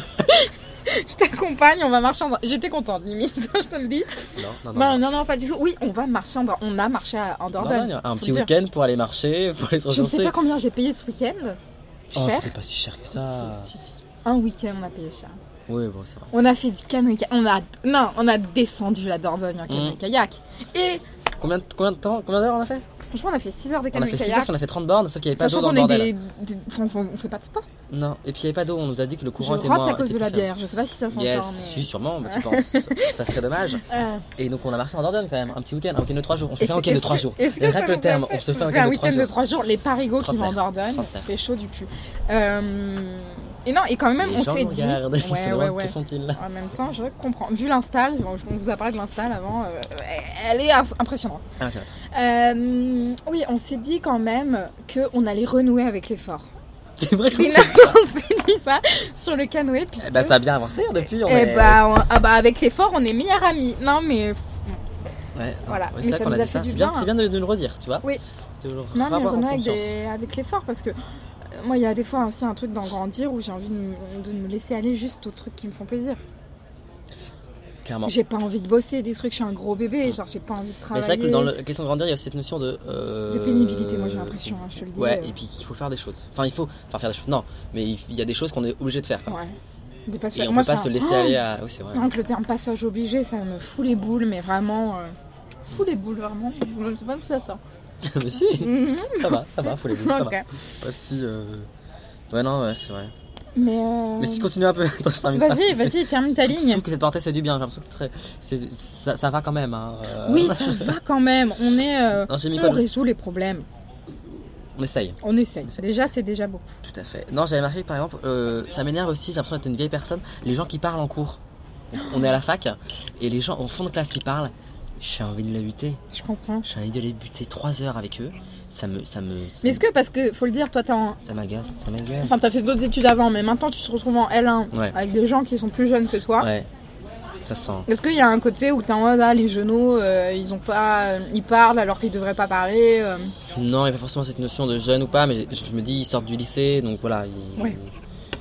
Je t'accompagne, on va marcher en Dordogne. J'étais contente, limite, je te le dis. Non, pas du tout. Oui, on va marcher on a marché en Dordogne. Un petit week-end pour aller marcher, pour aller se ressourcer. Je ne sais pas combien j'ai payé ce week-end. Cher. C'était pas si cher que ça. Si. Un week-end, on a payé cher. Oui, bon, c'est vrai. On a fait du canoë-kayak. On a descendu la Dordogne en canoë-kayak. Et. Combien d'heures on a fait? Franchement, on a fait 6 heures de canoë-kayak. On a fait 6 heures, on a fait 30 bornes, sauf qu'il n'y avait pas d'eau dans le bordel. On fait pas de sport. Non, et puis il n'y avait pas d'eau, on nous a dit que le courant était moins. Je rate à cause de la bière, je sais pas si ça s'entend. Yes, si, sûrement, mais tu penses, ça serait dommage. Et donc on a marché en Dordogne quand même, un petit week-end de 3 jours. On se fait un week-end de 3 jours. Est-ce que c'est le terme, on se fait un week-end de 3 jours. Les parigots qui vont en Dordogne, c'est chaud du cul. Et non, et quand même, on s'est dit. Ouais. Que font-ils là? En même temps, je comprends. Vu l'install, on vous a parlé de l'install avant, elle est impressionnante. Ah, c'est vrai. Oui, on s'est dit quand même qu'on allait renouer avec l'effort. C'est vrai qu'on s'est dit ça sur le canoë. Bah, ça a bien avancé depuis. Avec l'effort, on est meilleurs amis. Non, mais. Ouais, voilà. C'est vrai qu'on a dit ça. C'est bien de le redire, tu vois. Oui. Non, mais renouer avec l'effort parce que. Moi, il y a des fois aussi un truc dans grandir où j'ai envie de me laisser aller juste aux trucs qui me font plaisir. Clairement. J'ai pas envie de bosser des trucs, je suis un gros bébé, genre j'ai pas envie de travailler. Mais c'est vrai que dans la question de grandir, il y a cette notion de pénibilité, moi j'ai l'impression, je te le dis. Ouais, et puis qu'il faut faire des choses. Enfin, il faut faire des choses. Non, mais il y a des choses qu'on est obligé de faire. Quoi. Ouais. Et on peut pas se laisser aller à. Oui, c'est vrai. Donc le terme passage obligé, ça me fout les boules, mais vraiment. Fout les boules, vraiment. Je sais pas d'où ça sort. Mais si, ça va, fout les boules, ça va. Pas si. Ouais, non, ouais, c'est vrai. Mais si tu continues un peu, attends, je termine Vas-y, termine ta ligne. Je trouve que cette parenthèse c'est du bien, j'ai l'impression que ça va quand même. Hein. Oui, ça va quand même. On résout les problèmes. On essaye. C'est déjà beaucoup. Tout à fait. Non, j'avais marqué par exemple, ça m'énerve aussi, j'ai l'impression d'être une vieille personne, les gens qui parlent en cours. On est à la fac et les gens au fond de classe qui parlent, j'ai envie de les buter. Je comprends. J'ai envie de les buter 3 heures avec eux. Mais est-ce que, parce que faut le dire, toi ça m'agace. Enfin, t'as fait d'autres études avant, mais maintenant tu te retrouves en L1 avec des gens qui sont plus jeunes que toi. Ouais. Ça sent. Est-ce qu'il y a un côté où t'es en mode les genoux, ils parlent alors qu'ils devraient pas parler Non, il n'y a pas forcément cette notion de jeune ou pas, mais je me dis ils sortent du lycée, donc voilà.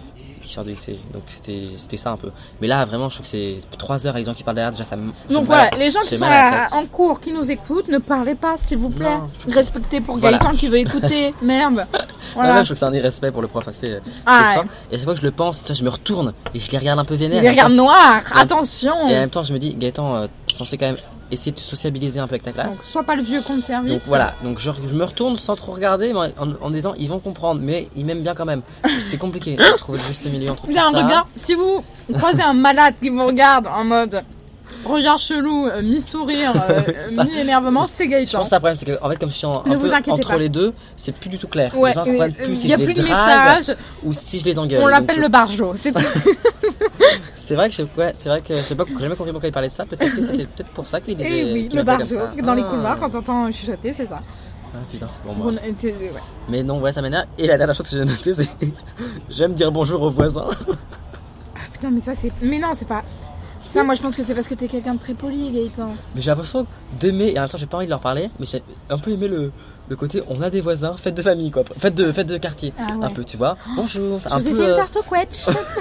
qui sort du lycée. Donc c'était ça un peu. Mais là, vraiment, je trouve que c'est 3 heures avec des gens qui parlent derrière. Déjà, ça me. Donc voilà, les gens qui sont en cours, qui nous écoutent, ne parlez pas, s'il vous plaît. Respectez pour Gaëtan qui veut écouter. Merde. Voilà. Je trouve que c'est un irrespect pour le prof assez fort. Et à chaque fois que je le pense, je me retourne et je les regarde un peu vénère. Les regards noirs, attention. Et en même temps, je me dis, Gaëtan, tu es censé quand même essayer de te sociabiliser un peu avec ta classe. Donc, sois pas le vieux con de service. Donc voilà, donc je me retourne sans trop regarder, mais en disant ils vont comprendre, mais ils m'aiment bien quand même. C'est compliqué de trouver le juste milieu entre tout ça. Regarde, si vous croisez un malade qui vous regarde en mode regard chelou, mi-sourire, mi-énervement, c'est Gaëtan. Je pense que le problème, c'est qu'en fait, comme je suis entre les deux, c'est plus du tout clair. Ouais, les gens comprennent plus si je les drague ou si je les engueule. On l'appelle le barjo. C'est vrai que je sais pas, j'ai jamais compris pourquoi il parlait de ça. Peut-être que c'était pour ça qu'il disait. Et oui, le barjo. Dans les couloirs, quand t'entends chuchoter, c'est ça. Ah putain, c'est pour moi. Mais non, ouais, ça m'énerve. Et la dernière chose que j'ai notée, c'est j'aime dire bonjour aux voisins. Ah putain, mais ça c'est. Mais non, c'est pas. Ça, moi je pense que c'est parce que t'es quelqu'un de très poli, Gaëtan. Mais j'ai l'impression d'aimer, et en même temps j'ai pas envie de leur parler, mais j'ai un peu aimé le côté on a des voisins, fête de famille quoi, fête de quartier, un peu, tu vois. Bonjour. Je vous ai fait une tarte au quetch.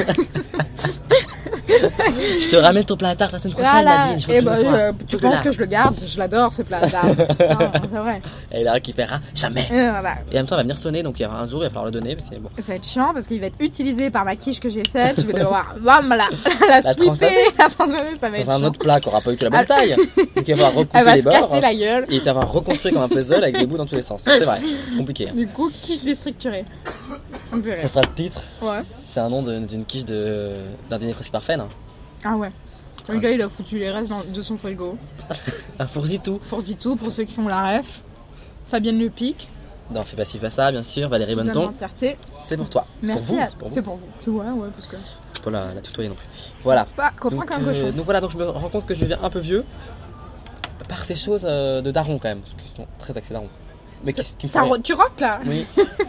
Je te ramène ton plat à tarte la semaine prochaine, Nadine. Tu penses que je le garde? Je l'adore ce plat à tarte. Non, c'est vrai. Et il la récupérera jamais. Voilà. Et en même temps, elle va venir sonner, donc il y aura un jour, il va falloir le donner. Parce que, bon. Ça va être chiant parce qu'il va être utilisé par ma quiche que j'ai faite. Je vais devoir la slipper, la transformer, ça va être dans un autre plat qui aura pas eu que la bonne taille. Donc il va falloir recouper les bords. Elle va se casser la gueule. Et tu vas falloir reconstruire comme un puzzle avec des bouts dans tous les sens. C'est vrai, compliqué. Du coup, quiche déstructurée. Ça sera le titre. Ouais. C'est un nom d'une quiche d'un dîner presque parfait, non? Ah ouais. Le gars il a foutu les restes de son frigo. Un fourzitou. Fourzitou pour ceux qui sont la ref. Fabienne Le Pic. Non, fais pas ci, pas ça, bien sûr. Valérie Bonneton. C'est pour toi. Merci. C'est pour vous. C'est vrai, ouais, parce que. Faut la tutoyer non plus. Voilà. Pas copain qu'un cochon. Donc voilà, donc je me rends compte que je deviens un peu vieux par ces choses de daron quand même, parce qu'ils sont très axés daron. Mais qui me font tu rock là? Oui.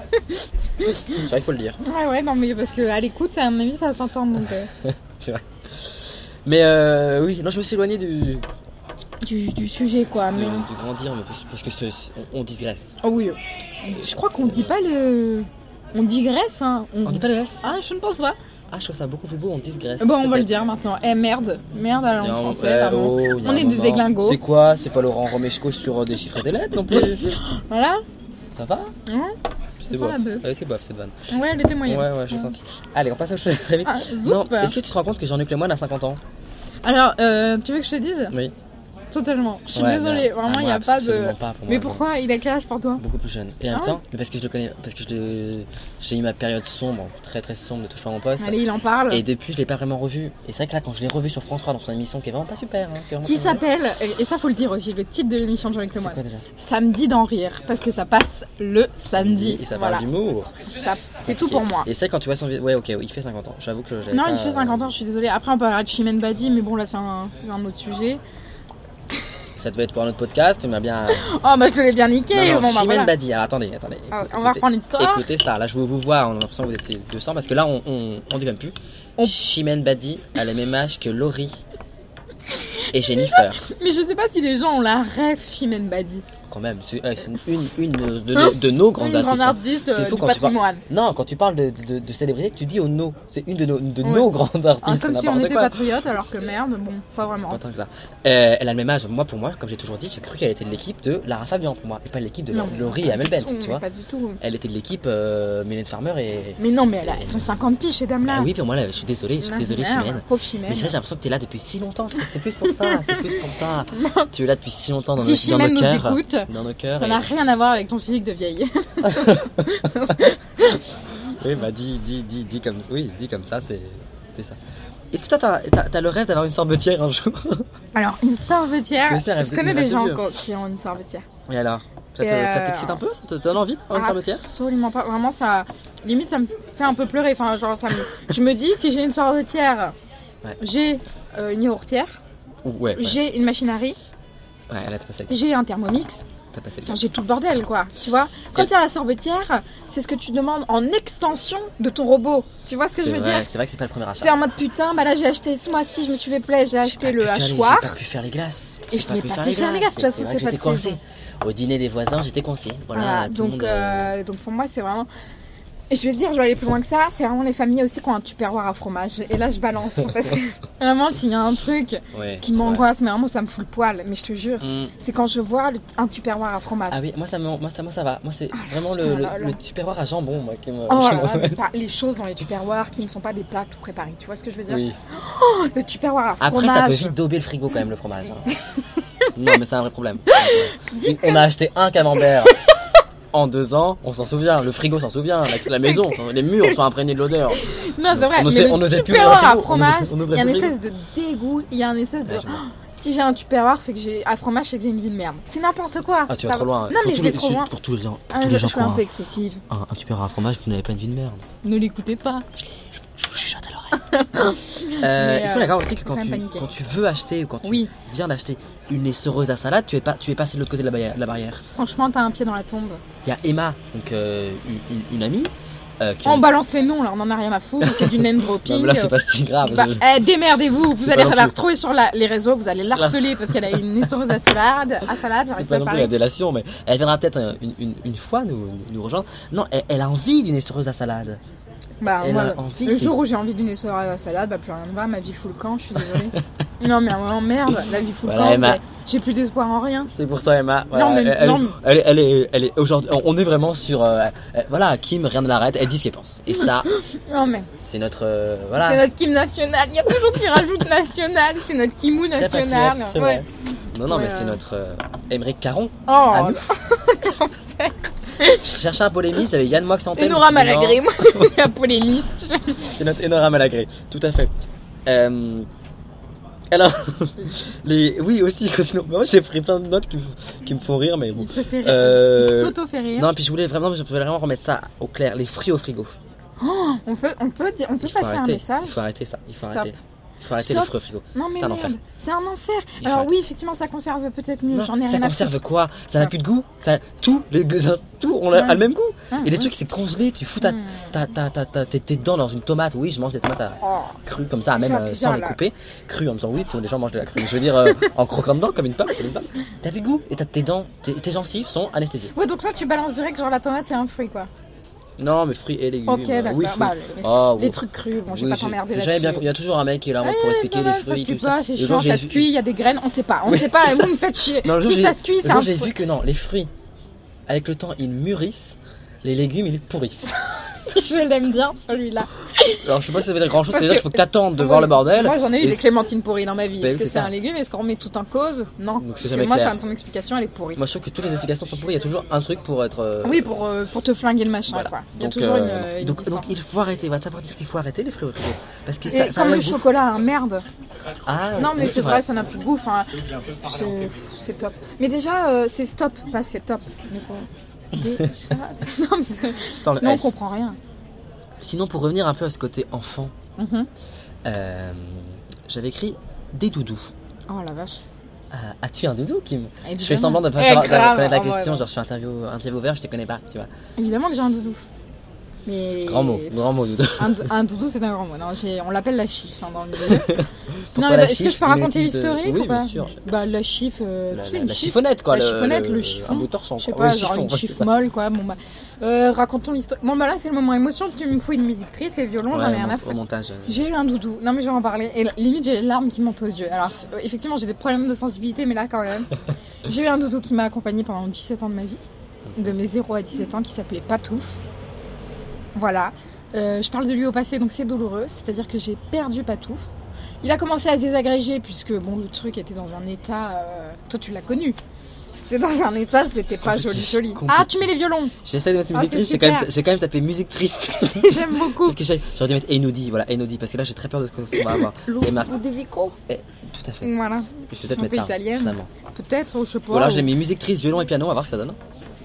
C'est vrai, il faut le dire. Ouais, non, mais parce qu'à l'écoute, à mon avis, ça s'entend donc. C'est vrai. Mais oui, non, je me suis éloigné du sujet quoi. De grandir, mais parce que on digresse. Oh oui. Je crois qu'on dit pas le. On digresse, hein. On dit pas le S? Ah, je ne pense pas. Ah, je trouve ça beaucoup plus beau, on digresse. Bon, on va le dire maintenant. Merde à la langue française. On est des déglingos. C'est quoi? C'est pas Laurent Romeshko sur des chiffres et des lettres non plus? Voilà. Ça va? C'était bof. Elle était bof cette vanne. Ouais, elle était moyenne. Ouais, j'ai senti. Allez, on passe à chose très vite. Non, est-ce que tu te rends compte que Jean-Luc Lemoyne a 50 ans? Alors, tu veux que je te dise? Oui. Totalement. Je suis désolée. Vraiment, il n'y a pas de. Pas mais pourquoi? Il a quel âge pour toi? Beaucoup plus jeune. Et en même temps, parce que je le connais, parce que j'ai eu ma période sombre, très très sombre de Touche pas mon poste. Allez, il en parle. Et depuis, je l'ai pas vraiment revu. Et c'est vrai que là, quand je l'ai revu sur France 3 dans son émission, qui est vraiment pas super. Qui s'appelle, et ça faut le dire aussi, le titre de l'émission de Jean-Luc Lemoyne. C'est quoi déjà? Samedi d'en rire, parce que ça passe le samedi. Et ça parle d'humour. C'est tout pour moi. Et c'est quand tu vois son vidéo. Ouais, ok, il fait 50 ans. J'avoue que non, il fait 50 ans, je suis désolée. Après, on peut parler de Chimène Badi, mais bon, là, c'est un autre sujet. Ça devait être pour un autre podcast, mais bien. Oh, bah je te l'ai bien niqué. Non, Chimène Badi. Alors attendez. On va reprendre l'histoire. Écoutez ça. Là, je vous vois. On a l'impression que vous étiez 200 parce que là, on dit même plus. Chimène Badi a le même âge que Laurie et Jennifer. Mais je sais pas si les gens ont la rêve Chimène Badi. Quand même, c'est une de nos grandes artistes. Grande artiste du patrimoine. Non, quand tu parles de célébrité, tu dis au no. C'est une de nos grandes artistes. Comme si on était patriote, alors que merde, bon, pas vraiment. Pas tant que ça. Elle a le même âge. Pour moi, comme j'ai toujours dit, j'ai cru qu'elle était de l'équipe de Lara Fabian pour moi, et pas de l'équipe de Laurie et Amel Bent, tu vois. Pas du tout. Elle était de l'équipe Mylène Farmer et. Mais non, mais elles sont 50 piges ces dames-là. Ah oui, puis moi, je suis désolée, Chimène. Pauvre Chimène. Mais j'ai l'impression que t'es là depuis si longtemps. C'est plus pour ça. Tu es là depuis si longtemps dans nos cœurs. Ça n'a rien à voir avec ton physique de vieille. Oui, bah dis comme ça, c'est ça. Est-ce que toi t'as le rêve d'avoir une sorbetière un jour? Alors une sorbetière, je connais des gens qui ont une sorbetière. Et alors, ça t'excite un peu? Ça te donne envie d'avoir une sorbetière? Absolument pas, vraiment ça, limite ça me fait un peu pleurer. Enfin genre je me dis si j'ai une sorbetière, j'ai une yaourtière, j'ai une machine à riz, j'ai un Thermomix. Enfin, j'ai tout le bordel quoi, tu vois. Quand t'es à la sorbetière, c'est ce que tu demandes en extension de ton robot. Tu vois ce que je veux dire? C'est vrai que c'est pas le premier achat. T'es en mode putain, bah là j'ai acheté ce mois-ci, je me suis fait plaisir, j'ai acheté le hachoir. J'ai pas pu faire les glaces. Et je n'ai pas pu faire les glaces, de toute façon c'est pas coincé. Au dîner des voisins, j'étais coincé. Voilà, donc pour moi c'est vraiment. Et je vais te dire, je vais aller plus loin que ça. C'est vraiment les familles aussi qui ont un tupperware à fromage. Et là, je balance. Parce que vraiment, s'il y a un truc qui m'angoisse, mais vraiment, ça me fout le poil. Mais je te jure, c'est quand je vois un tupperware à fromage. Ah oui, moi ça va. Moi, c'est vraiment le tupperware à jambon moi, qui me. Les choses dans les tupperwares qui ne sont pas des plats tout préparés. Tu vois ce que je veux dire? Oui. Le tupperware à fromage. Après, ça peut vite dauber le frigo quand même, le fromage. Non, mais c'est un vrai problème. On a acheté un camembert. En 2 ans, on s'en souvient, le frigo s'en souvient, la maison, les murs sont imprégnés de l'odeur. Non, c'est vrai, on le tupperware à fromage, il y a une espèce de dégoût, il y a une espèce de... Si j'ai un tupperware, c'est que à fromage, c'est que j'ai une vie de merde. C'est n'importe quoi. Ah, tu vas trop loin. Non, mais je vais trop loin. Pour tous les gens, je suis un peu excessive. Un tupperware à fromage, vous n'avez pas une vie de merde. Ne l'écoutez pas. Je vous chuchote à l'oreille. Est-ce qu'on est d'accord aussi que quand tu veux acheter ou quand tu viens d'acheter une essoreuse à salade, tu es passé de l'autre côté de la barrière? Franchement, t'as un pied dans la tombe. Il y a Emma, donc une amie. On balance les noms là, on en a rien à foutre, on fait du name dropping. Non, mais là c'est pas si grave. Démerdez-vous, vous allez la retrouver sur les réseaux, vous allez l'harceler parce qu'elle a une essoreuse à salade. C'est pas non plus la délation, mais elle viendra peut-être une fois nous rejoindre. Non, elle a envie d'une essoreuse à salade. Moi, le jour où j'ai envie d'une essoreuse à salade, plus rien ne va, ma vie fout le camp, je suis désolée. Non mais vraiment merde, la vie fout le camp, j'ai plus d'espoir en rien. C'est pour toi Emma. Elle est aujourd'hui, on est vraiment sur Kim, rien ne l'arrête, elle dit ce qu'elle pense. Et ça, c'est notre c'est notre Kim national, il y a toujours qui rajoute national, c'est notre Kimou national. C'est vrai. Non mais c'est notre Émeric Caron. Oh. Je cherchais un polémiste, j'avais Yann Moix en tête. Enora Malagré, moi, un polémiste. C'est notre Enora Malagré, tout à fait. Alors, oui aussi, sinon, moi j'ai pris plein de notes qui me font rire, mais bon. Il se fait rire, il s'auto-fait rire. Non, puis je voulais vraiment remettre ça au clair, les fruits au frigo. On peut passer un message. Il faut arrêter ça, il faut Stop. arrêter. Il faut arrêter les fruits au frigo. Non mais c'est un enfer. C'est un enfer. Alors oui, effectivement, ça conserve peut-être mieux. J'en ai rien à foutre. Ça conserve quoi? Ça n'a plus de goût. Tout on a le même goût. Et les trucs, c'est congelé. Tu fous tes dents dans une tomate. Oui, je mange des tomates crues comme ça, même sans les couper. Crues en même temps. Oui, les gens mangent de la crue. Je veux dire, en croquant dedans comme une pomme. T'as plus de goût. Et tes dents, tes gencives sont anesthésiées. Ouais, donc toi, tu balances direct genre la tomate, c'est un fruit quoi. Non, mais fruits et légumes. Ok, d'accord. Oui, les trucs crus, bon, je vais pas t'emmerder là-dessus. Il y a toujours un mec qui est là pour expliquer les fruits. Ça se cuit pas, c'est chiant, ça se cuit, il y a des graines, on sait pas. Vous me faites chier. Si ça se cuit, c'est un fruit. J'ai vu que non, les fruits, avec le temps, ils mûrissent, les légumes, ils pourrissent. Je l'aime bien celui-là. Alors je sais pas si ça veut dire grand chose, c'est-à-dire qu'il faut que t'attendes de voir le bordel. Moi j'en ai eu des clémentines pourries dans ma vie. Est-ce que c'est un légume? Est-ce qu'on remet tout en cause? Non. Parce que moi, ton explication elle est pourrie. Moi je trouve que toutes les explications sont pourries, il y a toujours un truc pour être. Oui, pour te flinguer le machin quoi. Il y a toujours une. Donc il faut arrêter, ça veut dire qu'il faut arrêter les fruits au frigo. Parce que ça comme le chocolat, merde. Ah, non mais c'est vrai, ça n'a plus de goût, enfin. C'est top. Mais déjà, c'est stop, pas c'est top. Non, mais sinon on comprend rien. Sinon, pour revenir un peu à ce côté enfant, j'avais écrit des doudous. Oh la vache. As-tu un doudou, Kim? Je fais semblant de ne pas connaître la question, genre je suis intervieweur, je te connais pas, tu vois. Évidemment que j'ai un doudou. Mais... Grand mot, doudou. Un doudou, c'est un grand mot. Non, on l'appelle la chiffre dans le milieu. Non, mais est-ce que je peux raconter l'historique ou pas? Bien sûr. La chiffre, tu sais, la chiffonnette quoi. La chiffonnette, le chiffon. Un bout torchon. Je sais pas, genre une chiffre molle quoi. Bon racontons l'histoire. Bon là c'est le moment émotion, tu me fous une musique triste, les violons, j'en ai rien à foutre. J'ai eu un doudou. Non mais je vais en parler. Et limite j'ai les larmes qui montent aux yeux. Alors effectivement j'ai des problèmes de sensibilité, mais là quand même. J'ai eu un doudou qui m'a accompagnée pendant 17 ans de ma vie. De mes 0 à 17 ans, qui s'appelait Patouf. Voilà. Je parle de lui au passé, donc c'est douloureux. C'est-à-dire que j'ai perdu Patouf. Il a commencé à se désagréger puisque bon, le truc était dans un état... Toi, tu l'as connu. C'était dans un état, c'était pas joli. Ah, tu mets les violons. J'essaie de mettre musique triste, j'ai quand même tapé musique triste. J'aime beaucoup. Parce que j'aurais dû mettre Enoudi, parce que là j'ai très peur de ce qu'on va avoir. Ou des Vico. Tout à fait. Voilà. Je vais peut-être mettre ça, italienne. Finalement. Peut-être, je sais pas. Ou alors j'ai mis musique triste, violon et piano, on va voir ce que ça donne.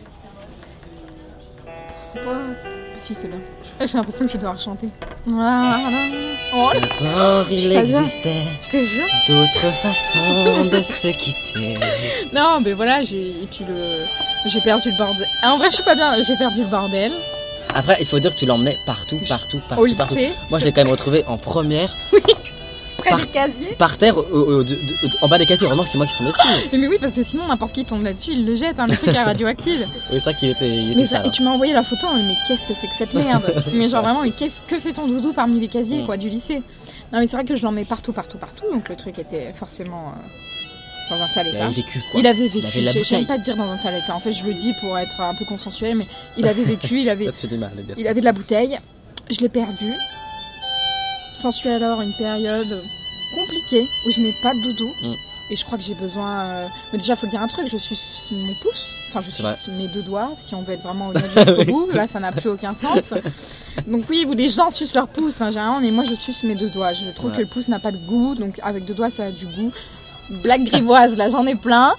C'est pas... Si, c'est bien. J'ai l'impression que je dois chanter. Voilà. Oh. Il existait je te jure d'autres façons de se quitter. Non, mais voilà, j'ai perdu le bordel. En vrai, je suis pas bien, j'ai perdu le bordel. Après, il faut dire que tu l'emmenais partout. Au lycée. Moi, je l'ai quand même retrouvé en première. Oui. Près des casiers. Par terre, en bas des casiers. Vraiment que c'est moi qui suis dessus. Mais oui, parce que sinon, n'importe qui tombe là-dessus, il le jette, le truc est radioactif. Oui, c'est ça qu'il était mais ça, et tu m'as envoyé la photo, mais qu'est-ce que c'est que cette merde? Mais genre vraiment, mais que fait ton doudou parmi les casiers quoi, du lycée? Non, mais c'est vrai que je l'en mets partout. Donc le truc était forcément dans un sale état. Il avait vécu quoi. Il avait vécu. J'aime pas dire dans un sale état. En fait, je le dis pour être un peu consensuel, mais il avait vécu. Ça te fait du mal à dire. Il avait de la bouteille. Je l'ai perdu. S'ensuit alors une période compliquée où je n'ai pas de doudou. Et je crois que j'ai besoin. Mais déjà, faut dire un truc, je suce mon pouce. Enfin, je suce mes 2 doigts, si on veut être vraiment honnête jusqu'au bout. Là, ça n'a plus aucun sens. Donc, oui, les gens sucent leur pouce, généralement, mais moi, je suce mes 2 doigts. Je trouve que le pouce n'a pas de goût, donc avec 2 doigts, ça a du goût. Blague grivoise, là, j'en ai plein.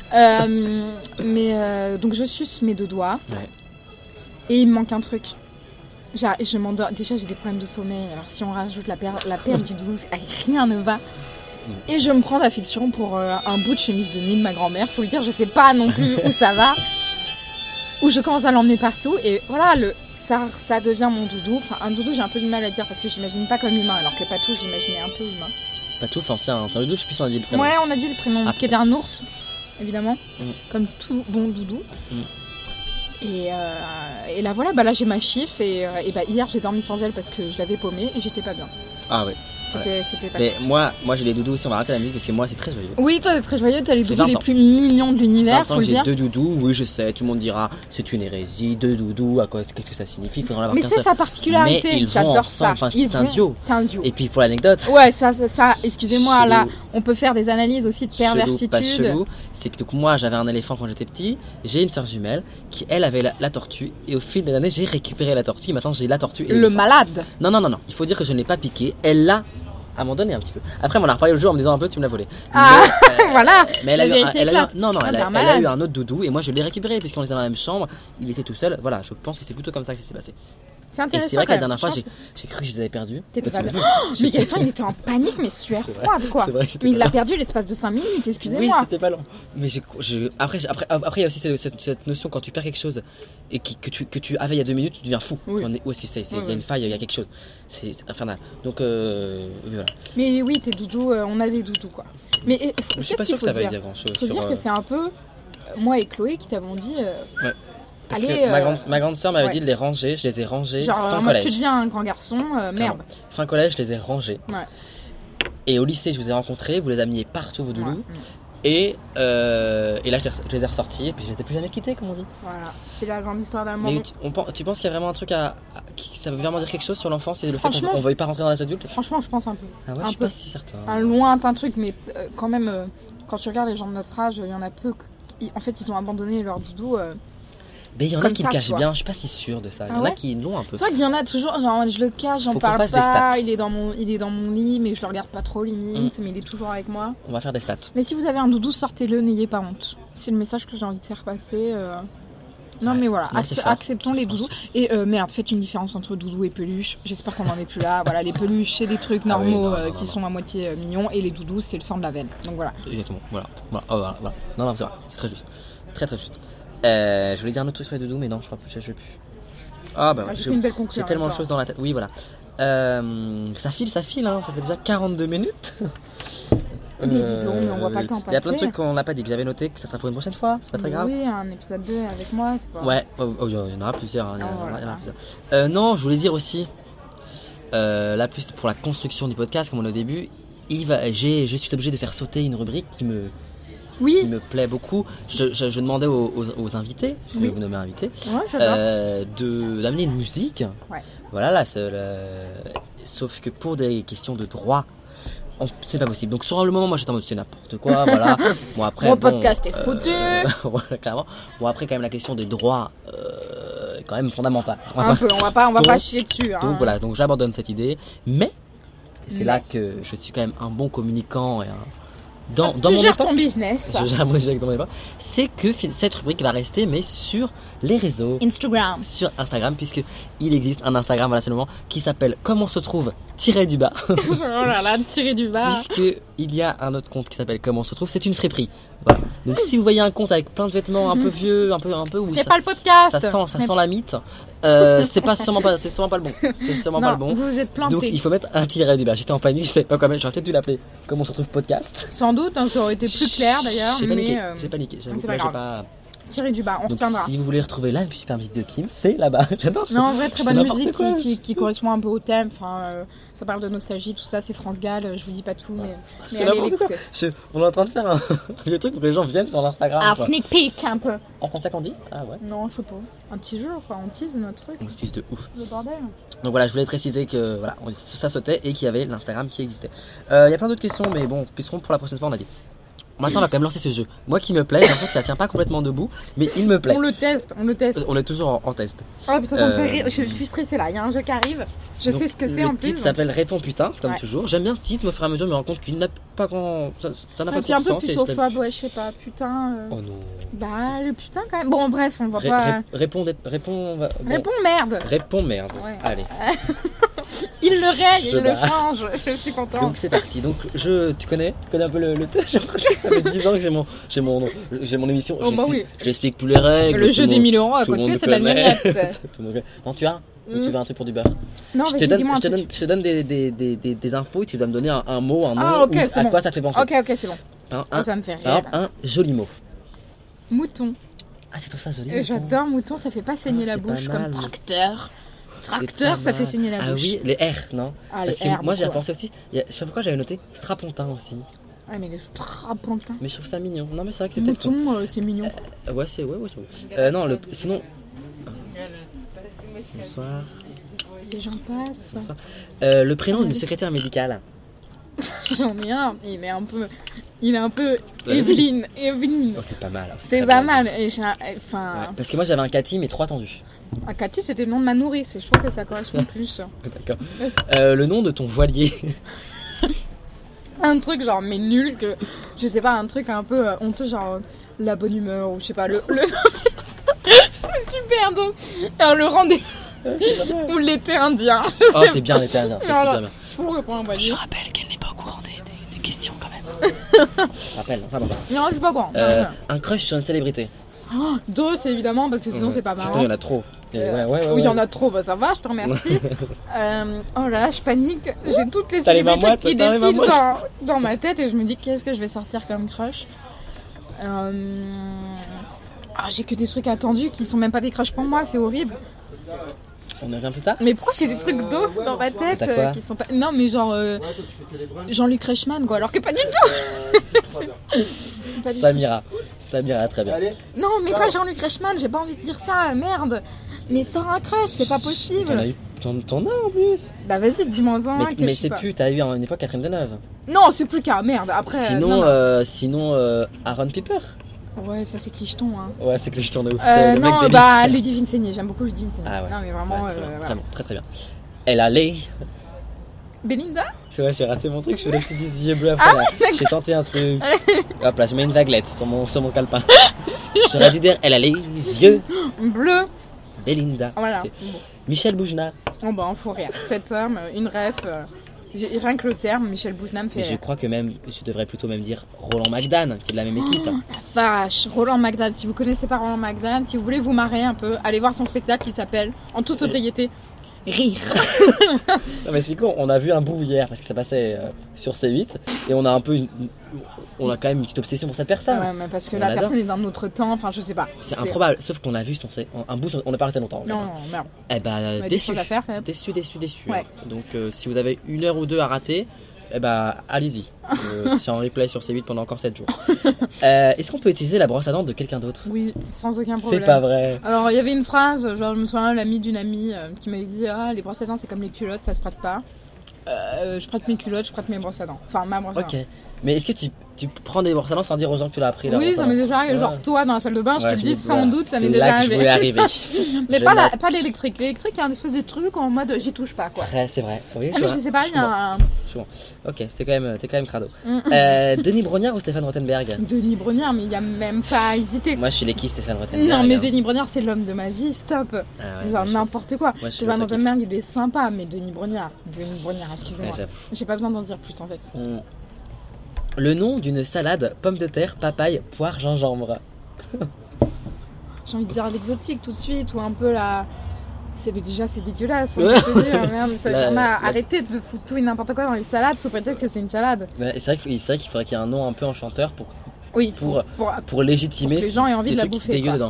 Donc, je suce mes 2 doigts. Ouais. Et il me manque un truc. Je m'endors. Déjà, j'ai des problèmes de sommeil. Alors, si on rajoute la paire du doudou, rien ne va. Et je me prends d'affection pour un bout de chemise de nuit de ma grand-mère. Faut le dire, je sais pas non plus où ça va. Où je commence à l'emmener partout. Et voilà, ça devient mon doudou. Enfin, un doudou, j'ai un peu du mal à dire parce que j'imagine pas comme humain. Alors que Patou, j'imaginais un peu humain. Patou, enfin, c'est un doudou, je sais plus si on a dit le prénom. Ouais, on a dit le prénom. Qui était un ours, évidemment. Comme tout bon doudou. Et là voilà, là j'ai ma chiffre et hier j'ai dormi sans elle parce que je l'avais paumée et j'étais pas bien. Ah ouais. C'était pas mais moi j'ai les doudous aussi, on va arrêter la musique parce que moi c'est très joyeux. Oui, toi t'es très joyeux, t'as les doudous les plus mignons de l'univers, faut le dire. J'ai 2 doudous, oui je sais, tout le monde dira c'est une hérésie, 2 doudous, à quoi, qu'est-ce que ça signifie, il faudra en avoir mais c'est sa particularité, j'adore ça. Enfin, c'est un duo. Et puis pour l'anecdote. Ouais, ça excusez-moi, chelou. Là on peut faire des analyses aussi de perversitude. Pas chelou, c'est que moi j'avais un éléphant quand j'étais petit, j'ai une sœur jumelle qui elle avait la tortue et au fil des années j'ai récupéré la tortue, maintenant j'ai la tortue et le malade. Non, il faut dire que je ne l'ai pas piqué, elle l'a à m'en donner un petit peu. Après, on en a reparlé le jour en me disant un peu, tu me l'as volé. Voilà. Mais elle a eu un autre doudou et moi je l'ai récupéré puisqu'on était dans la même chambre. Il était tout seul. Voilà, je pense que c'est plutôt comme ça que ça s'est passé. C'est intéressant. Et c'est vrai que la dernière fois, j'ai cru que je les avais perdus. T'étais pas bien. Mais Gaëtan, il était en panique, mais sueur froide, quoi. Mais il l'a perdu l'espace de 5 minutes, excusez-moi. Oui, c'était pas long. Mais après, il y a aussi cette notion quand tu perds quelque chose et que tu avais il y a 2 minutes, tu deviens fou. Oui. Où est-ce que c'est il y a une faille, il y a quelque chose. C'est infernal. Donc, voilà. Mais oui, tes doudous, on a des doudous, quoi. Mais qu'est-ce qu'il faut dire ? Il faut dire que c'est un peu moi et Chloé qui t'avons dit. Parce que ma grande sœur m'avait dit de les ranger, je les ai rangés fin collège. Tu deviens un grand garçon, merde. Fin collège, je les ai rangés. Ouais. Et au lycée, je vous ai rencontrés, vous les ameniez partout vos doudous. Et là, je les ai ressortis et puis je les ai plus jamais quittés, comme on dit. Voilà, c'est la grande histoire d'amour. Mais tu penses qu'il y a vraiment un truc ça veut vraiment dire quelque chose sur l'enfance et le fait qu'on ne veuille pas rentrer dans l'âge adulte ? Franchement, je pense un peu. Ah ouais, je suis pas si certain. Un lointain truc, mais quand même, quand tu regardes les gens de notre âge, il y en a peu. En fait, ils ont abandonné leur doudou. Mais il y en a qui le cachent bien, je suis pas si sûre de ça. Il y en a qui l'ont un peu. C'est vrai qu'il y en a toujours, genre je le cache, j'en parle pas, il est dans mon lit, mais je le regarde pas trop limite, mais il est toujours avec moi. On va faire des stats. Mais si vous avez un doudou, sortez-le, n'ayez pas honte. C'est le message que j'ai envie de faire passer. Non mais voilà, acceptons les doudous. Et merde, faites une différence entre doudou et peluche. J'espère qu'on en est plus là. Voilà, les peluches c'est des trucs normaux qui sont à moitié mignons et les doudous c'est le sang de la veine. Donc voilà. Exactement, voilà. Non, c'est vrai, c'est très juste. Très très juste. Je voulais dire un autre truc sur les doudous, mais non, je crois plus, je sais plus. Ah bah j'ai fait une belle conclusion. J'ai tellement de choses dans la tête. Oui, voilà. Ça file, hein. Ça fait déjà 42 minutes. Mais dis donc, mais on voit pas le temps passer. Il y a plein de trucs qu'on n'a pas dit, que j'avais noté, que ça sera pour une prochaine fois, c'est pas très grave. Oui, un épisode 2 avec moi, c'est pas... Ouais, il y en aura plusieurs. Non, je voulais dire aussi, là plus pour la construction du podcast, comme on a au début, je suis obligé de faire sauter une rubrique qui me plaît beaucoup. Je demandais aux invités, je vais vous nommer invité, d'amener une musique. Ouais. Voilà, là, sauf que pour des questions de droit, c'est pas possible. Donc sur le moment, moi j'étais en mode c'est n'importe quoi, voilà. Bon après, mon podcast est foutu. Voilà, clairement. Bon après quand même la question des droits, est quand même fondamentale. Un peu, on va pas chier dessus. Hein. Donc voilà, donc j'abandonne cette idée, mais c'est là que je suis quand même un bon communicant et dans tu mon gères époque, ton business. je gère mon business dans mon époque, c'est que cette rubrique va rester mais sur les réseaux. Instagram. Sur Instagram, puisque il existe un Instagram, voilà, c'est le moment, qui s'appelle Comment se trouve tiré du bas. Oh là là, tiré du bas. Puisque il y a un autre compte qui s'appelle Comment se trouve, c'est une friperie. Voilà. Donc si vous voyez un compte avec plein de vêtements un peu vieux, un peu où c'est pas le podcast. ça sent la mythe, c'est sûrement pas le bon. C'est sûrement pas le bon. Vous êtes planté. Donc il faut mettre un tiret du bas. J'étais en panique, je savais pas quoi mettre. J'aurais peut-être dû l'appeler Comment se trouve podcast. Sans doute, hein, ça aurait été plus clair d'ailleurs. J'ai paniqué. J'avoue que là, j'ai pas. Tiré du bas, on retiendra. Si vous voulez retrouver la super musique de Kim, c'est là-bas. J'adore. Non, en vrai, très bonne musique qui correspond un peu au thème. Enfin, ça parle de nostalgie, tout ça. C'est France Gall. Je vous dis pas tout, mais allez l'écouter. On est en train de faire un vieux truc pour que les gens viennent sur l'Instagram. Un sneak peek un peu. En français qu'on dit? Ah ouais. Non, je sais pas. Un petit jeu, quoi. On tease notre truc. On tease de ouf. Le bordel. Donc voilà, je voulais préciser que voilà, ça sautait et qu'il y avait l'Instagram qui existait. Il y a plein d'autres questions, mais bon, puisqu'on pour la prochaine fois on a dit. Maintenant, on va quand même lancer ce jeu. Moi qui me plaît, j'ai l'impression que ça tient pas complètement debout, mais il me plaît. On le teste. On est toujours en test. Oh putain, ça me fait rire. Je suis stressée là. Il y a un jeu qui arrive. Je sais ce que c'est en plus. Le titre s'appelle Réponds putain, c'est comme toujours. J'aime bien ce titre, mais au fur et à mesure, je me rends compte qu'il n'a pas grand. Ça n'a pas trop de sens. Un peu putophobe, ouais, je sais pas. Putain. Oh non. Bah, le putain quand même. Bon, bref, on va pas. Réponds merde. Réponds merde. Ouais. Allez. Il le règle, il le change. Je suis contente. Donc c'est parti. Donc tu connais un peu le thème. J'ai l'impression que ça fait 10 ans que j'ai mon émission. Oh, bah oui. J'explique plus les règles. Le jeu des 1000 € à côté, c'est de la mignonnette. Non, tu veux un truc pour du beurre? Non, vas-y, dis-moi un truc. Je te donne des infos et tu dois me donner un mot, à quoi ça te fait penser. Ok, c'est bon. Ça me fait rire. Par exemple, un joli mot. Mouton. Ah, tu trouves ça joli? J'adore mouton, ça fait pas saigner la bouche comme tracteur. Tracteur, ça fait saigner la bouche. Ah oui, les R, non? Parce que moi j'ai repensé aussi, je sais pas pourquoi j'avais noté strapontin aussi. Ah mais le strapontin. Mais je trouve ça mignon. Non mais c'est vrai que c'est mouton, c'est mignon. Ouais, c'est non, sinon. Bonsoir. Les gens passent. Bonsoir. Le prénom d'une secrétaire médicale. J'en ai un, il est un peu Evelyne. Oh, c'est pas mal. C'est pas mal. Parce que moi j'avais un Cathy mais trop attendu. Un Cathy c'était le nom de ma nourrice et je trouve que ça correspond plus. D'accord. Le nom de ton voilier. Un truc genre mais nul que je sais pas, un truc un peu honteux genre la bonne humeur ou je sais pas le c'est super donc alors, le rendez-vous ou l'été indien. Oh c'est bien l'été indien, c'est super bien. Je rappelle qu'elle n'est pas au courant des questions quand même. Rappelle, enfin bon. Non, je suis pas au courant. Un crush sur une célébrité. Oh, dos évidemment parce que sinon c'est pas marrant. Sinon il y en a trop. Oui, il y en a trop, bah ça va, je te remercie. Oh là là, je panique. J'ai toutes les célébrités qui défilent dans ma tête et je me dis qu'est-ce que je vais sortir comme crush. J'ai que des trucs attendus qui sont même pas des crushs pour moi, c'est horrible. On y revient plus tard. Mais pourquoi j'ai des trucs d'os dans ma tête qui sont pas. Non, mais genre Jean-Luc Reichmann quoi, alors que pas du tout. Samira, très bien. Non, mais pas Jean-Luc Reichmann, j'ai pas envie de dire ça, merde. Mais sors un crush, c'est pas possible. T'en as en plus. Bah vas-y, dis-moi un. Mais c'est plus, t'as eu à une époque Catherine Deneuve. Non, c'est plus qu'à merde. Après. Sinon, Aaron Piper. Ouais, ça c'est clicheton. Hein. Ouais, c'est clicheton de ouf. Non, bah Ludivine Seigné, j'aime beaucoup Ludivine Seigné. Ah ouais. Non, mais vraiment. Très bien. Elle a les. Belinda? Ouais, j'ai raté mon truc, je fais des petits yeux bleus après. J'ai tenté un truc. Hop là, je mets une vaguelette sur mon calepin. J'aurais dû dire, elle a les yeux bleus. Belinda. Voilà. Michel Boujna. Oh bah, faut rire. Cet homme, une ref. Rien que le terme, Michel Boujna me fait rire. Je crois que même, je devrais plutôt même dire Roland McDan, qui est de la même équipe. La vache, Roland McDan. Si vous connaissez pas Roland McDan, si vous voulez vous marrer un peu, allez voir son spectacle qui s'appelle, en toute sobriété, Rire. Non mais expliquons, on a vu un bout hier parce que ça passait sur C8 et on a un peu on a quand même une petite obsession pour cette personne. Ouais, mais parce que la personne est d'un autre temps, enfin je sais pas. C'est improbable, sauf qu'on a vu un bout, on n'est pas resté longtemps. Non, merde. Eh bah déçu. Déçu. Ouais. Donc si vous avez 1 heure ou 2 à rater, eh bah allez-y. C'est en replay sur C8 pendant encore 7 jours. Est-ce qu'on peut utiliser la brosse à dents de quelqu'un d'autre? Oui, sans aucun problème. C'est pas vrai. Alors il y avait une phrase, genre je me souviens l'amie d'une amie qui m'avait dit les brosses à dents c'est comme les culottes, ça se prête pas. Je prête mes culottes, je prête mes brosses à dents. Enfin ma brosse à dents. Ok. Mais est-ce que tu prends des brosses à dents sans dire aux gens que tu l'as appris là? Oui, ça m'est déjà arrivé. Genre toi dans la salle de bain, je te le dis sans doute, ça m'est déjà arrivé. C'est là que je voulais arriver. Mais pas l'électrique. L'électrique, il y a un espèce de truc en mode j'y touche pas quoi. C'est vrai. Oui, mais je sais pas, il y a un. Ok, t'es quand même crado. Denis Brognard ou Stéphane Rothenberg? Denis Brognard, mais il y a même pas à hésiter. Moi je suis l'équipe Stéphane Rothenberg. Non, mais Denis Brognard, c'est l'homme de ma vie, stop. Genre n'importe quoi. Stéphane Rothenberg, il est sympa, mais Denis Brognard, excusez-moi. J'ai pas besoin d'en dire plus en fait. Le nom d'une salade, pommes de terre, papaye, poire, gingembre. J'ai envie de dire l'exotique tout de suite, ou un peu la... c'est dégueulasse, on peut te dire, merde, on a arrêté de foutre tout et n'importe quoi dans les salades sous prétexte que c'est une salade. C'est vrai qu'il faudrait qu'il y ait un nom un peu enchanteur pour légitimer pour que les gens aient envie de la bouffer. Dégueu dedans.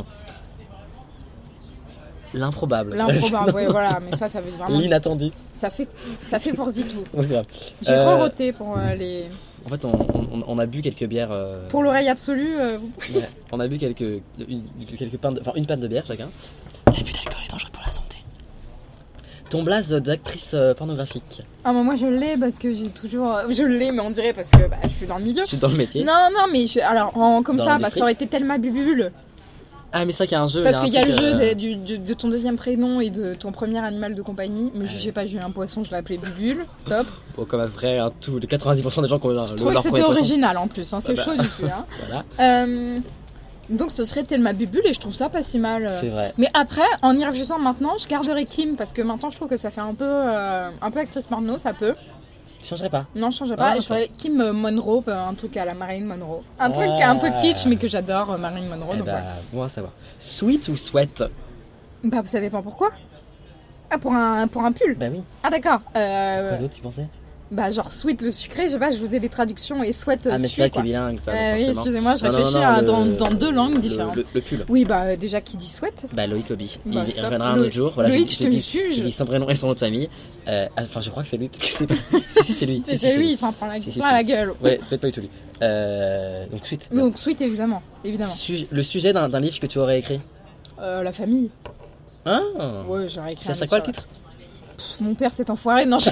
L'improbable, oui, voilà, mais ça veut vraiment... L'inattendu. Ça fait force tout. Oui, j'ai re-roté pour les... En fait, on a bu quelques bières... Pour l'oreille absolue... on a bu une panne de bière chacun. L'abus d'alcool est dangereux pour la santé. Ton blaze d'actrice pornographique. Ah bah moi je l'ai parce que j'ai toujours... Je l'ai mais on dirait parce que je suis dans le milieu. Je suis dans le métier. Non mais comme ça aurait été Thelma Bubule. Ah mais c'est vrai qu'il y a un jeu. Parce qu'il y a le jeu de ton deuxième prénom et de ton premier animal de compagnie. Me jugez pas, j'ai eu un poisson, je l'ai appelé Bubule. Stop. Bon, comme après, tous les 90% des gens qui ont leur je trouvais que c'était original en plus, c'est chaud du coup. Voilà. Donc ce serait Thelma Bubule et je trouve ça pas si mal. C'est vrai. Mais après, en y réfléchissant maintenant, je garderai Kim parce que maintenant je trouve que ça fait un peu actrice porno, ça peut. Tu changerais pas? Non, je changerais pas. Et je ferais Kim Monroe, un truc à la Marilyn Monroe. Un truc un peu kitsch mais que j'adore, Marilyn Monroe. Donc voilà. Bon à savoir. Sweat ou sweat? Bah ça dépend pourquoi. Ah pour un pull? Bah oui. Ah d'accord. Quoi d'autre tu pensais? Bah genre sweet le sucré, je sais pas, je faisais les traductions et sweat mais c'est vrai qu'il est bilingue toi, oui, excusez-moi, je réfléchis dans deux langues différentes. Le pull. Oui bah déjà qui dit sweat? Bah Loïc Lobby. Il reviendra un autre jour. Voilà, Loïc, je te juge. J'ai dit son prénom et son nom de famille. Enfin je crois que c'est lui, peut-être que c'est pas... si c'est lui. C'est lui, il s'en prend la gueule. Ouais, c'est peut-être pas du tout lui. Donc sweet. Donc sweet évidemment. Le sujet d'un livre que tu aurais écrit? La famille. Ah. Ouais, j'aurais écrit. Ça serait quoi le titre? Mon père s'est enfoiré. Non.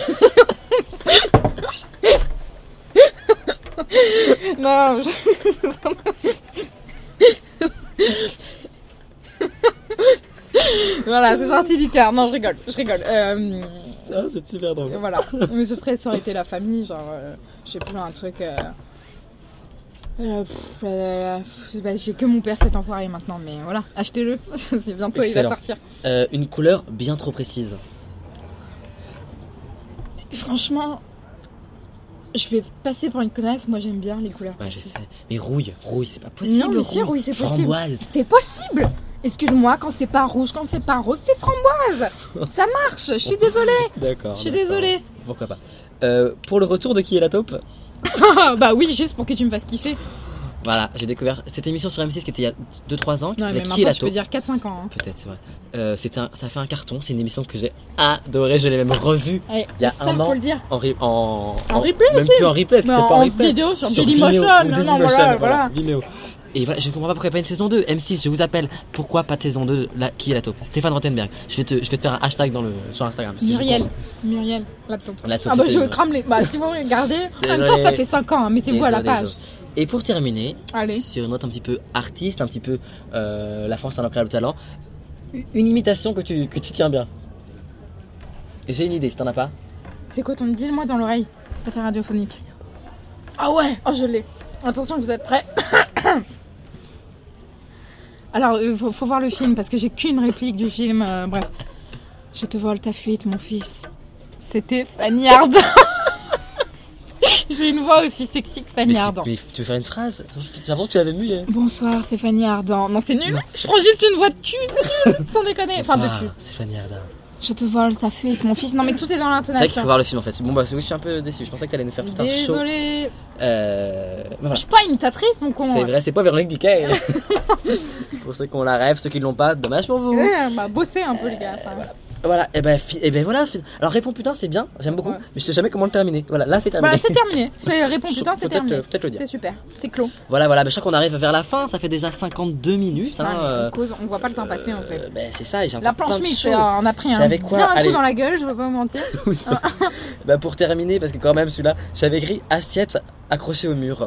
Non, voilà, c'est sorti du cœur. Non, je rigole. C'est super drôle. Voilà, mais ça aurait été la famille, genre, je sais plus, un truc. J'ai que mon père s'est enfoiré maintenant, mais voilà, achetez-le. C'est bientôt, excellent. Il va sortir. Une couleur bien trop précise. Franchement. Je vais passer pour une connasse, moi j'aime bien les couleurs. Ouais, je sais. Mais rouille, c'est pas possible. Non, mais si, rouille, c'est possible. Framboise. C'est possible. Excuse-moi, quand c'est pas rouge, quand c'est pas rose, c'est framboise. Ça marche, je suis désolée. D'accord. Je suis désolée. Pourquoi pas. Pour le retour de Qui est la taupe? Bah oui, juste pour que tu me fasses kiffer. Voilà, j'ai découvert cette émission sur M6 qui était il y a 2-3 ans. Non, mais maintenant je peux dire 4-5 ans. Hein. Peut-être, c'est vrai. Ça a fait un carton, c'est une émission que j'ai adorée, je l'ai même revue il y a un an. Faut le dire. En replay même aussi. Plus en replay, parce que c'est pas en replay. Vidéo, sur Dailymotion. Non, voilà. Vimeo. Et voilà, je ne comprends pas pourquoi il n'y a pas une saison 2. M6, je vous appelle. Pourquoi pas de saison 2 là, Qui est la taupe? Stéphane Rothenberg. Je vais te faire un hashtag sur Instagram. Muriel, la taupe. Ah bah je crame les... Bah si vous regardez, en même temps ça fait 5 ans, mettez-vous à la page. Et pour terminer, allez. Sur une note un petit peu artiste, un petit peu la France a un incroyable talent, une imitation que tu tiens bien. Et j'ai une idée, si t'en as pas. C'est quoi ton dis-le-moi dans l'oreille? C'est pas très radiophonique. Ah ouais, oh je l'ai. Attention, vous êtes prêts? Alors, faut voir le film parce que j'ai qu'une réplique du film. Bref. Je te vole ta fuite, mon fils. C'était Fanny Ardant. J'ai une voix aussi sexy que Fanny Ardant. Tu veux faire une phrase? J'ai l'impression que tu l'avais mu. Hein. Bonsoir, c'est Fanny Ardant. Non, c'est nul. Non. Je prends juste une voix de cul, c'est nul. Sans déconner. Bonsoir, enfin, de cul. C'est Fanny Ardant. Je te vole ta fuite, mon fils. Non, mais tout est dans l'intonation. C'est vrai qu'il faut voir le film en fait. Bon, bah, oui, je suis un peu déçu. Je pensais que t'allais nous faire tout un show. Désolée. Voilà. Je suis pas imitatrice, mon con. C'est vrai, c'est pas Véronique Dicker. Pour ceux qui ont la rêve, ceux qui l'ont pas, dommage pour vous. Ouais, bah, bossez un peu, les gars. Enfin. Voilà, et ben voilà. Alors réponds putain, c'est bien, j'aime beaucoup, mais je sais jamais comment le terminer. Voilà, là c'est terminé. Bah, c'est terminé. Réponds putain, c'est terminé. Peut-être le dire. C'est super, c'est clos. Voilà, je crois qu'on arrive vers la fin, ça fait déjà 52 minutes. Putain, on voit pas le temps passer en fait. C'est ça, et j'ai la planche mix, on a pris un coup dans la gueule, je vais pas vous mentir. Oui, pour terminer, parce que quand même celui-là, j'avais écrit assiette accrochée au mur.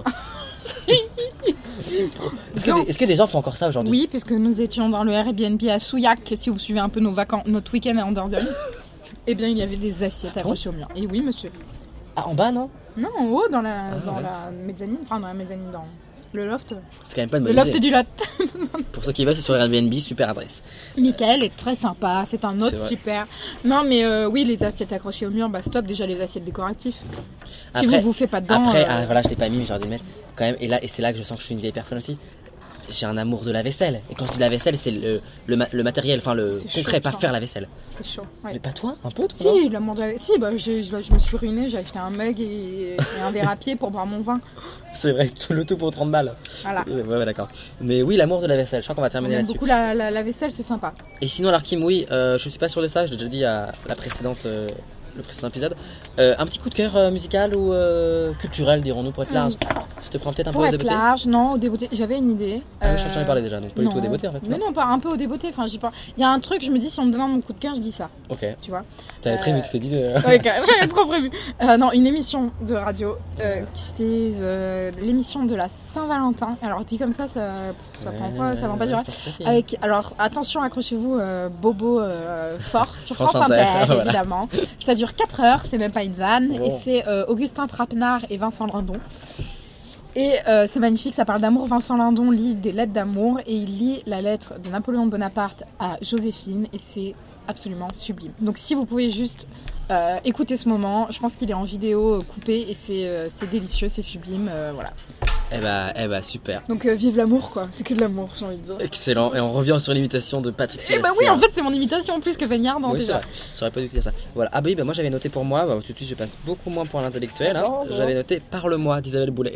Est-ce que des gens font encore ça aujourd'hui? Oui, puisque nous étions dans le Airbnb à Souillac, si vous suivez un peu notre week-end en Dordogne. Eh bien, il y avait des assiettes accrochées au mur. Et oui, monsieur. Ah, en bas, non? Non, en haut, dans la mezzanine, dans le loft. C'est quand même pas une bonne idée. Le loft du lot. Pour ceux qui veulent, c'est sur Airbnb, super adresse. Michael est très sympa, c'est un hôte super. Non, mais oui, les assiettes accrochées au mur, stop, déjà les assiettes décoratives. Si vous vous faites pas dedans. Après, voilà, je l'ai pas mis, mais j'aurais dû le mettre quand même. Et c'est là que je sens que je suis une vieille personne aussi. J'ai un amour de la vaisselle. Et quand je dis la vaisselle, c'est le matériel, enfin le concret, pas faire la vaisselle. C'est chaud. Ouais. Mais pas toi, un peu toi? Si, l'amour de la vaisselle. Si, je me suis ruinée, j'ai acheté un mug et un verre à pied pour boire mon vin. C'est vrai, le tout pour 30 balles. Voilà. Ouais, d'accord. Mais oui, l'amour de la vaisselle, je crois qu'on va terminer là-dessus. Beaucoup la vaisselle, c'est sympa. Et sinon, alors Kim, oui, je suis pas sûr de ça, je l'ai déjà dit à le précédent épisode. Un petit coup de cœur musical ou culturel, dirons-nous, pour être large. Je te prends peut-être un peu au débeauté. Pour être large, non, au débeauté. J'avais une idée. Je t'en ai parlé déjà, donc pas du tout au débeauté en fait. Mais non, pas un peu au débeauté. Enfin, j'y pense. Il y a un truc, je me dis, si on me demande mon coup de cœur, je dis ça. Ok. Tu vois. T'avais prévu, tu t'es dit. Ouais, j'avais trop prévu. Non, une émission de radio qui était l'émission de la Saint-Valentin. Alors, dit comme ça prend pas, ça vend pas du rêve. Avec, alors, attention, accrochez-vous, Bobo fort sur France Inter, évidemment. Ça dure 4 heures, c'est même pas une vanne. Et c'est Augustin Trapenard et Vincent Lindon. Et c'est magnifique, ça parle d'amour. Vincent Lindon lit des lettres d'amour et il lit la lettre de Napoléon Bonaparte à Joséphine et c'est absolument sublime. Donc si vous pouvez juste écouter ce moment, je pense qu'il est en vidéo coupé et c'est délicieux, c'est sublime, voilà. Eh bah super. Donc vive l'amour quoi, c'est que de l'amour j'ai envie de dire. Excellent, et on revient sur l'imitation de Patrick Sébastien. Bah oui, en fait c'est mon imitation en plus que Vagnard dans déjà. J'aurais pas dû dire ça. Voilà, ah bah oui, moi j'avais noté pour moi, tout de suite je passe beaucoup moins pour l'intellectuel, hein. J'avais noté Parle-moi d'Isabelle Boulet.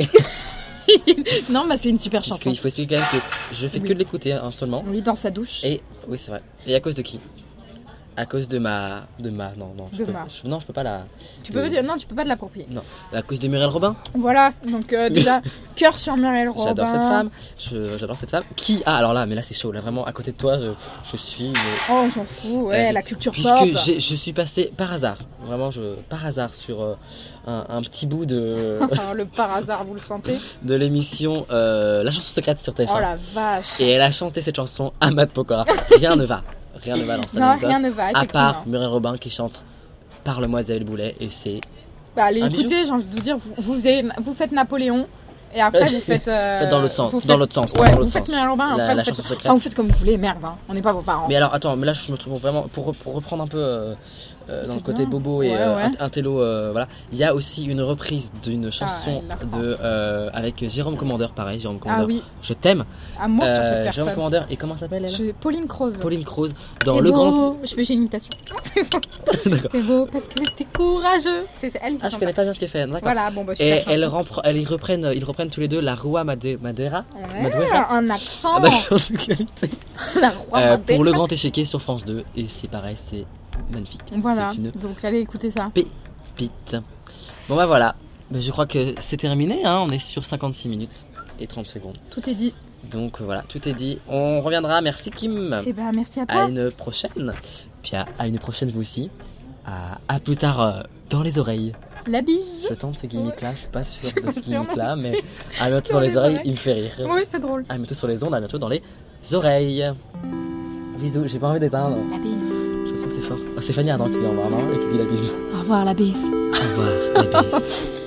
Non, c'est une super chanson. Il faut expliquer quand même que je fais que de l'écouter seulement. Oui, dans sa douche. Et oui, c'est vrai. Et à cause de qui? À cause de ma. Non, je peux pas la. Tu peux pas te l'approprier. Non, à cause de Muriel Robin. Voilà, donc déjà, cœur sur Muriel Robin. J'adore cette femme. J'adore cette femme. Qui. Ah, alors là, mais là c'est chaud. Là, vraiment, à côté de toi, je suis. Oh, on s'en fout, la culture pop. Puisque je suis passé par hasard. Vraiment, par hasard sur un petit bout de. Le par hasard, vous le sentez. De l'émission La chanson secrète sur TF1. Oh la vache. Et elle a chanté cette chanson à Mad Pokora. Rien ne va. Rien ne va dans sa anecdote. Non, rien ne va, effectivement. À part Muriel Robin qui chante Parle-moi d'Isabelle Boulet et c'est. Allez, écoutez, j'ai envie de vous dire, vous faites Napoléon et après vous faites. Dans l'autre sens. Ouais, vous faites Muriel Robin, après vous faites comme vous voulez, merde, hein. On n'est pas vos parents. Mais alors, attends, mais là je me trouve vraiment. Pour reprendre un peu dans le côté bobo et intello, voilà. Il y a aussi une reprise d'une chanson avec Jérôme Commandeur, pareil, Jérôme Commandeur. Ah oui. Je t'aime. Amour sur cette personne. Jérôme Commandeur, et comment s'appelle elle? Pauline Croze. Pauline Croze, dans Le Grand. Je fais une imitation. T'es beau parce que t'es courageux. C'est elle qui je connais pas bien ce qu'elle fait, d'accord. Voilà, bon, et ils reprennent tous les deux la Rua Madeira. Un accent. Un accent de qualité. La Rua Madeira. Pour Le Grand Échiquier sur France 2, et c'est pareil, c'est magnifique. Voilà, donc allez écouter ça. Pépite. Bon bah voilà, je crois que c'est terminé, hein. On est sur 56 minutes et 30 secondes. Tout est dit. Donc voilà, tout est dit. On reviendra, merci Kim. Et merci à toi. À une prochaine. Puis à une prochaine vous aussi. À plus tard dans les oreilles. La bise. Je tente ce gimmick-là, je suis pas sûr de ce gimmick-là, mais à bientôt dans les oreilles, il me fait rire. Oui, c'est drôle. À bientôt sur les ondes, à bientôt dans les oreilles. Bisous, j'ai pas envie d'éteindre. La bise. Je sens que c'est fort. C'est Fanny Ardant qui dit au revoir, et qui dit la bise. Au revoir la bise. Au revoir la bise.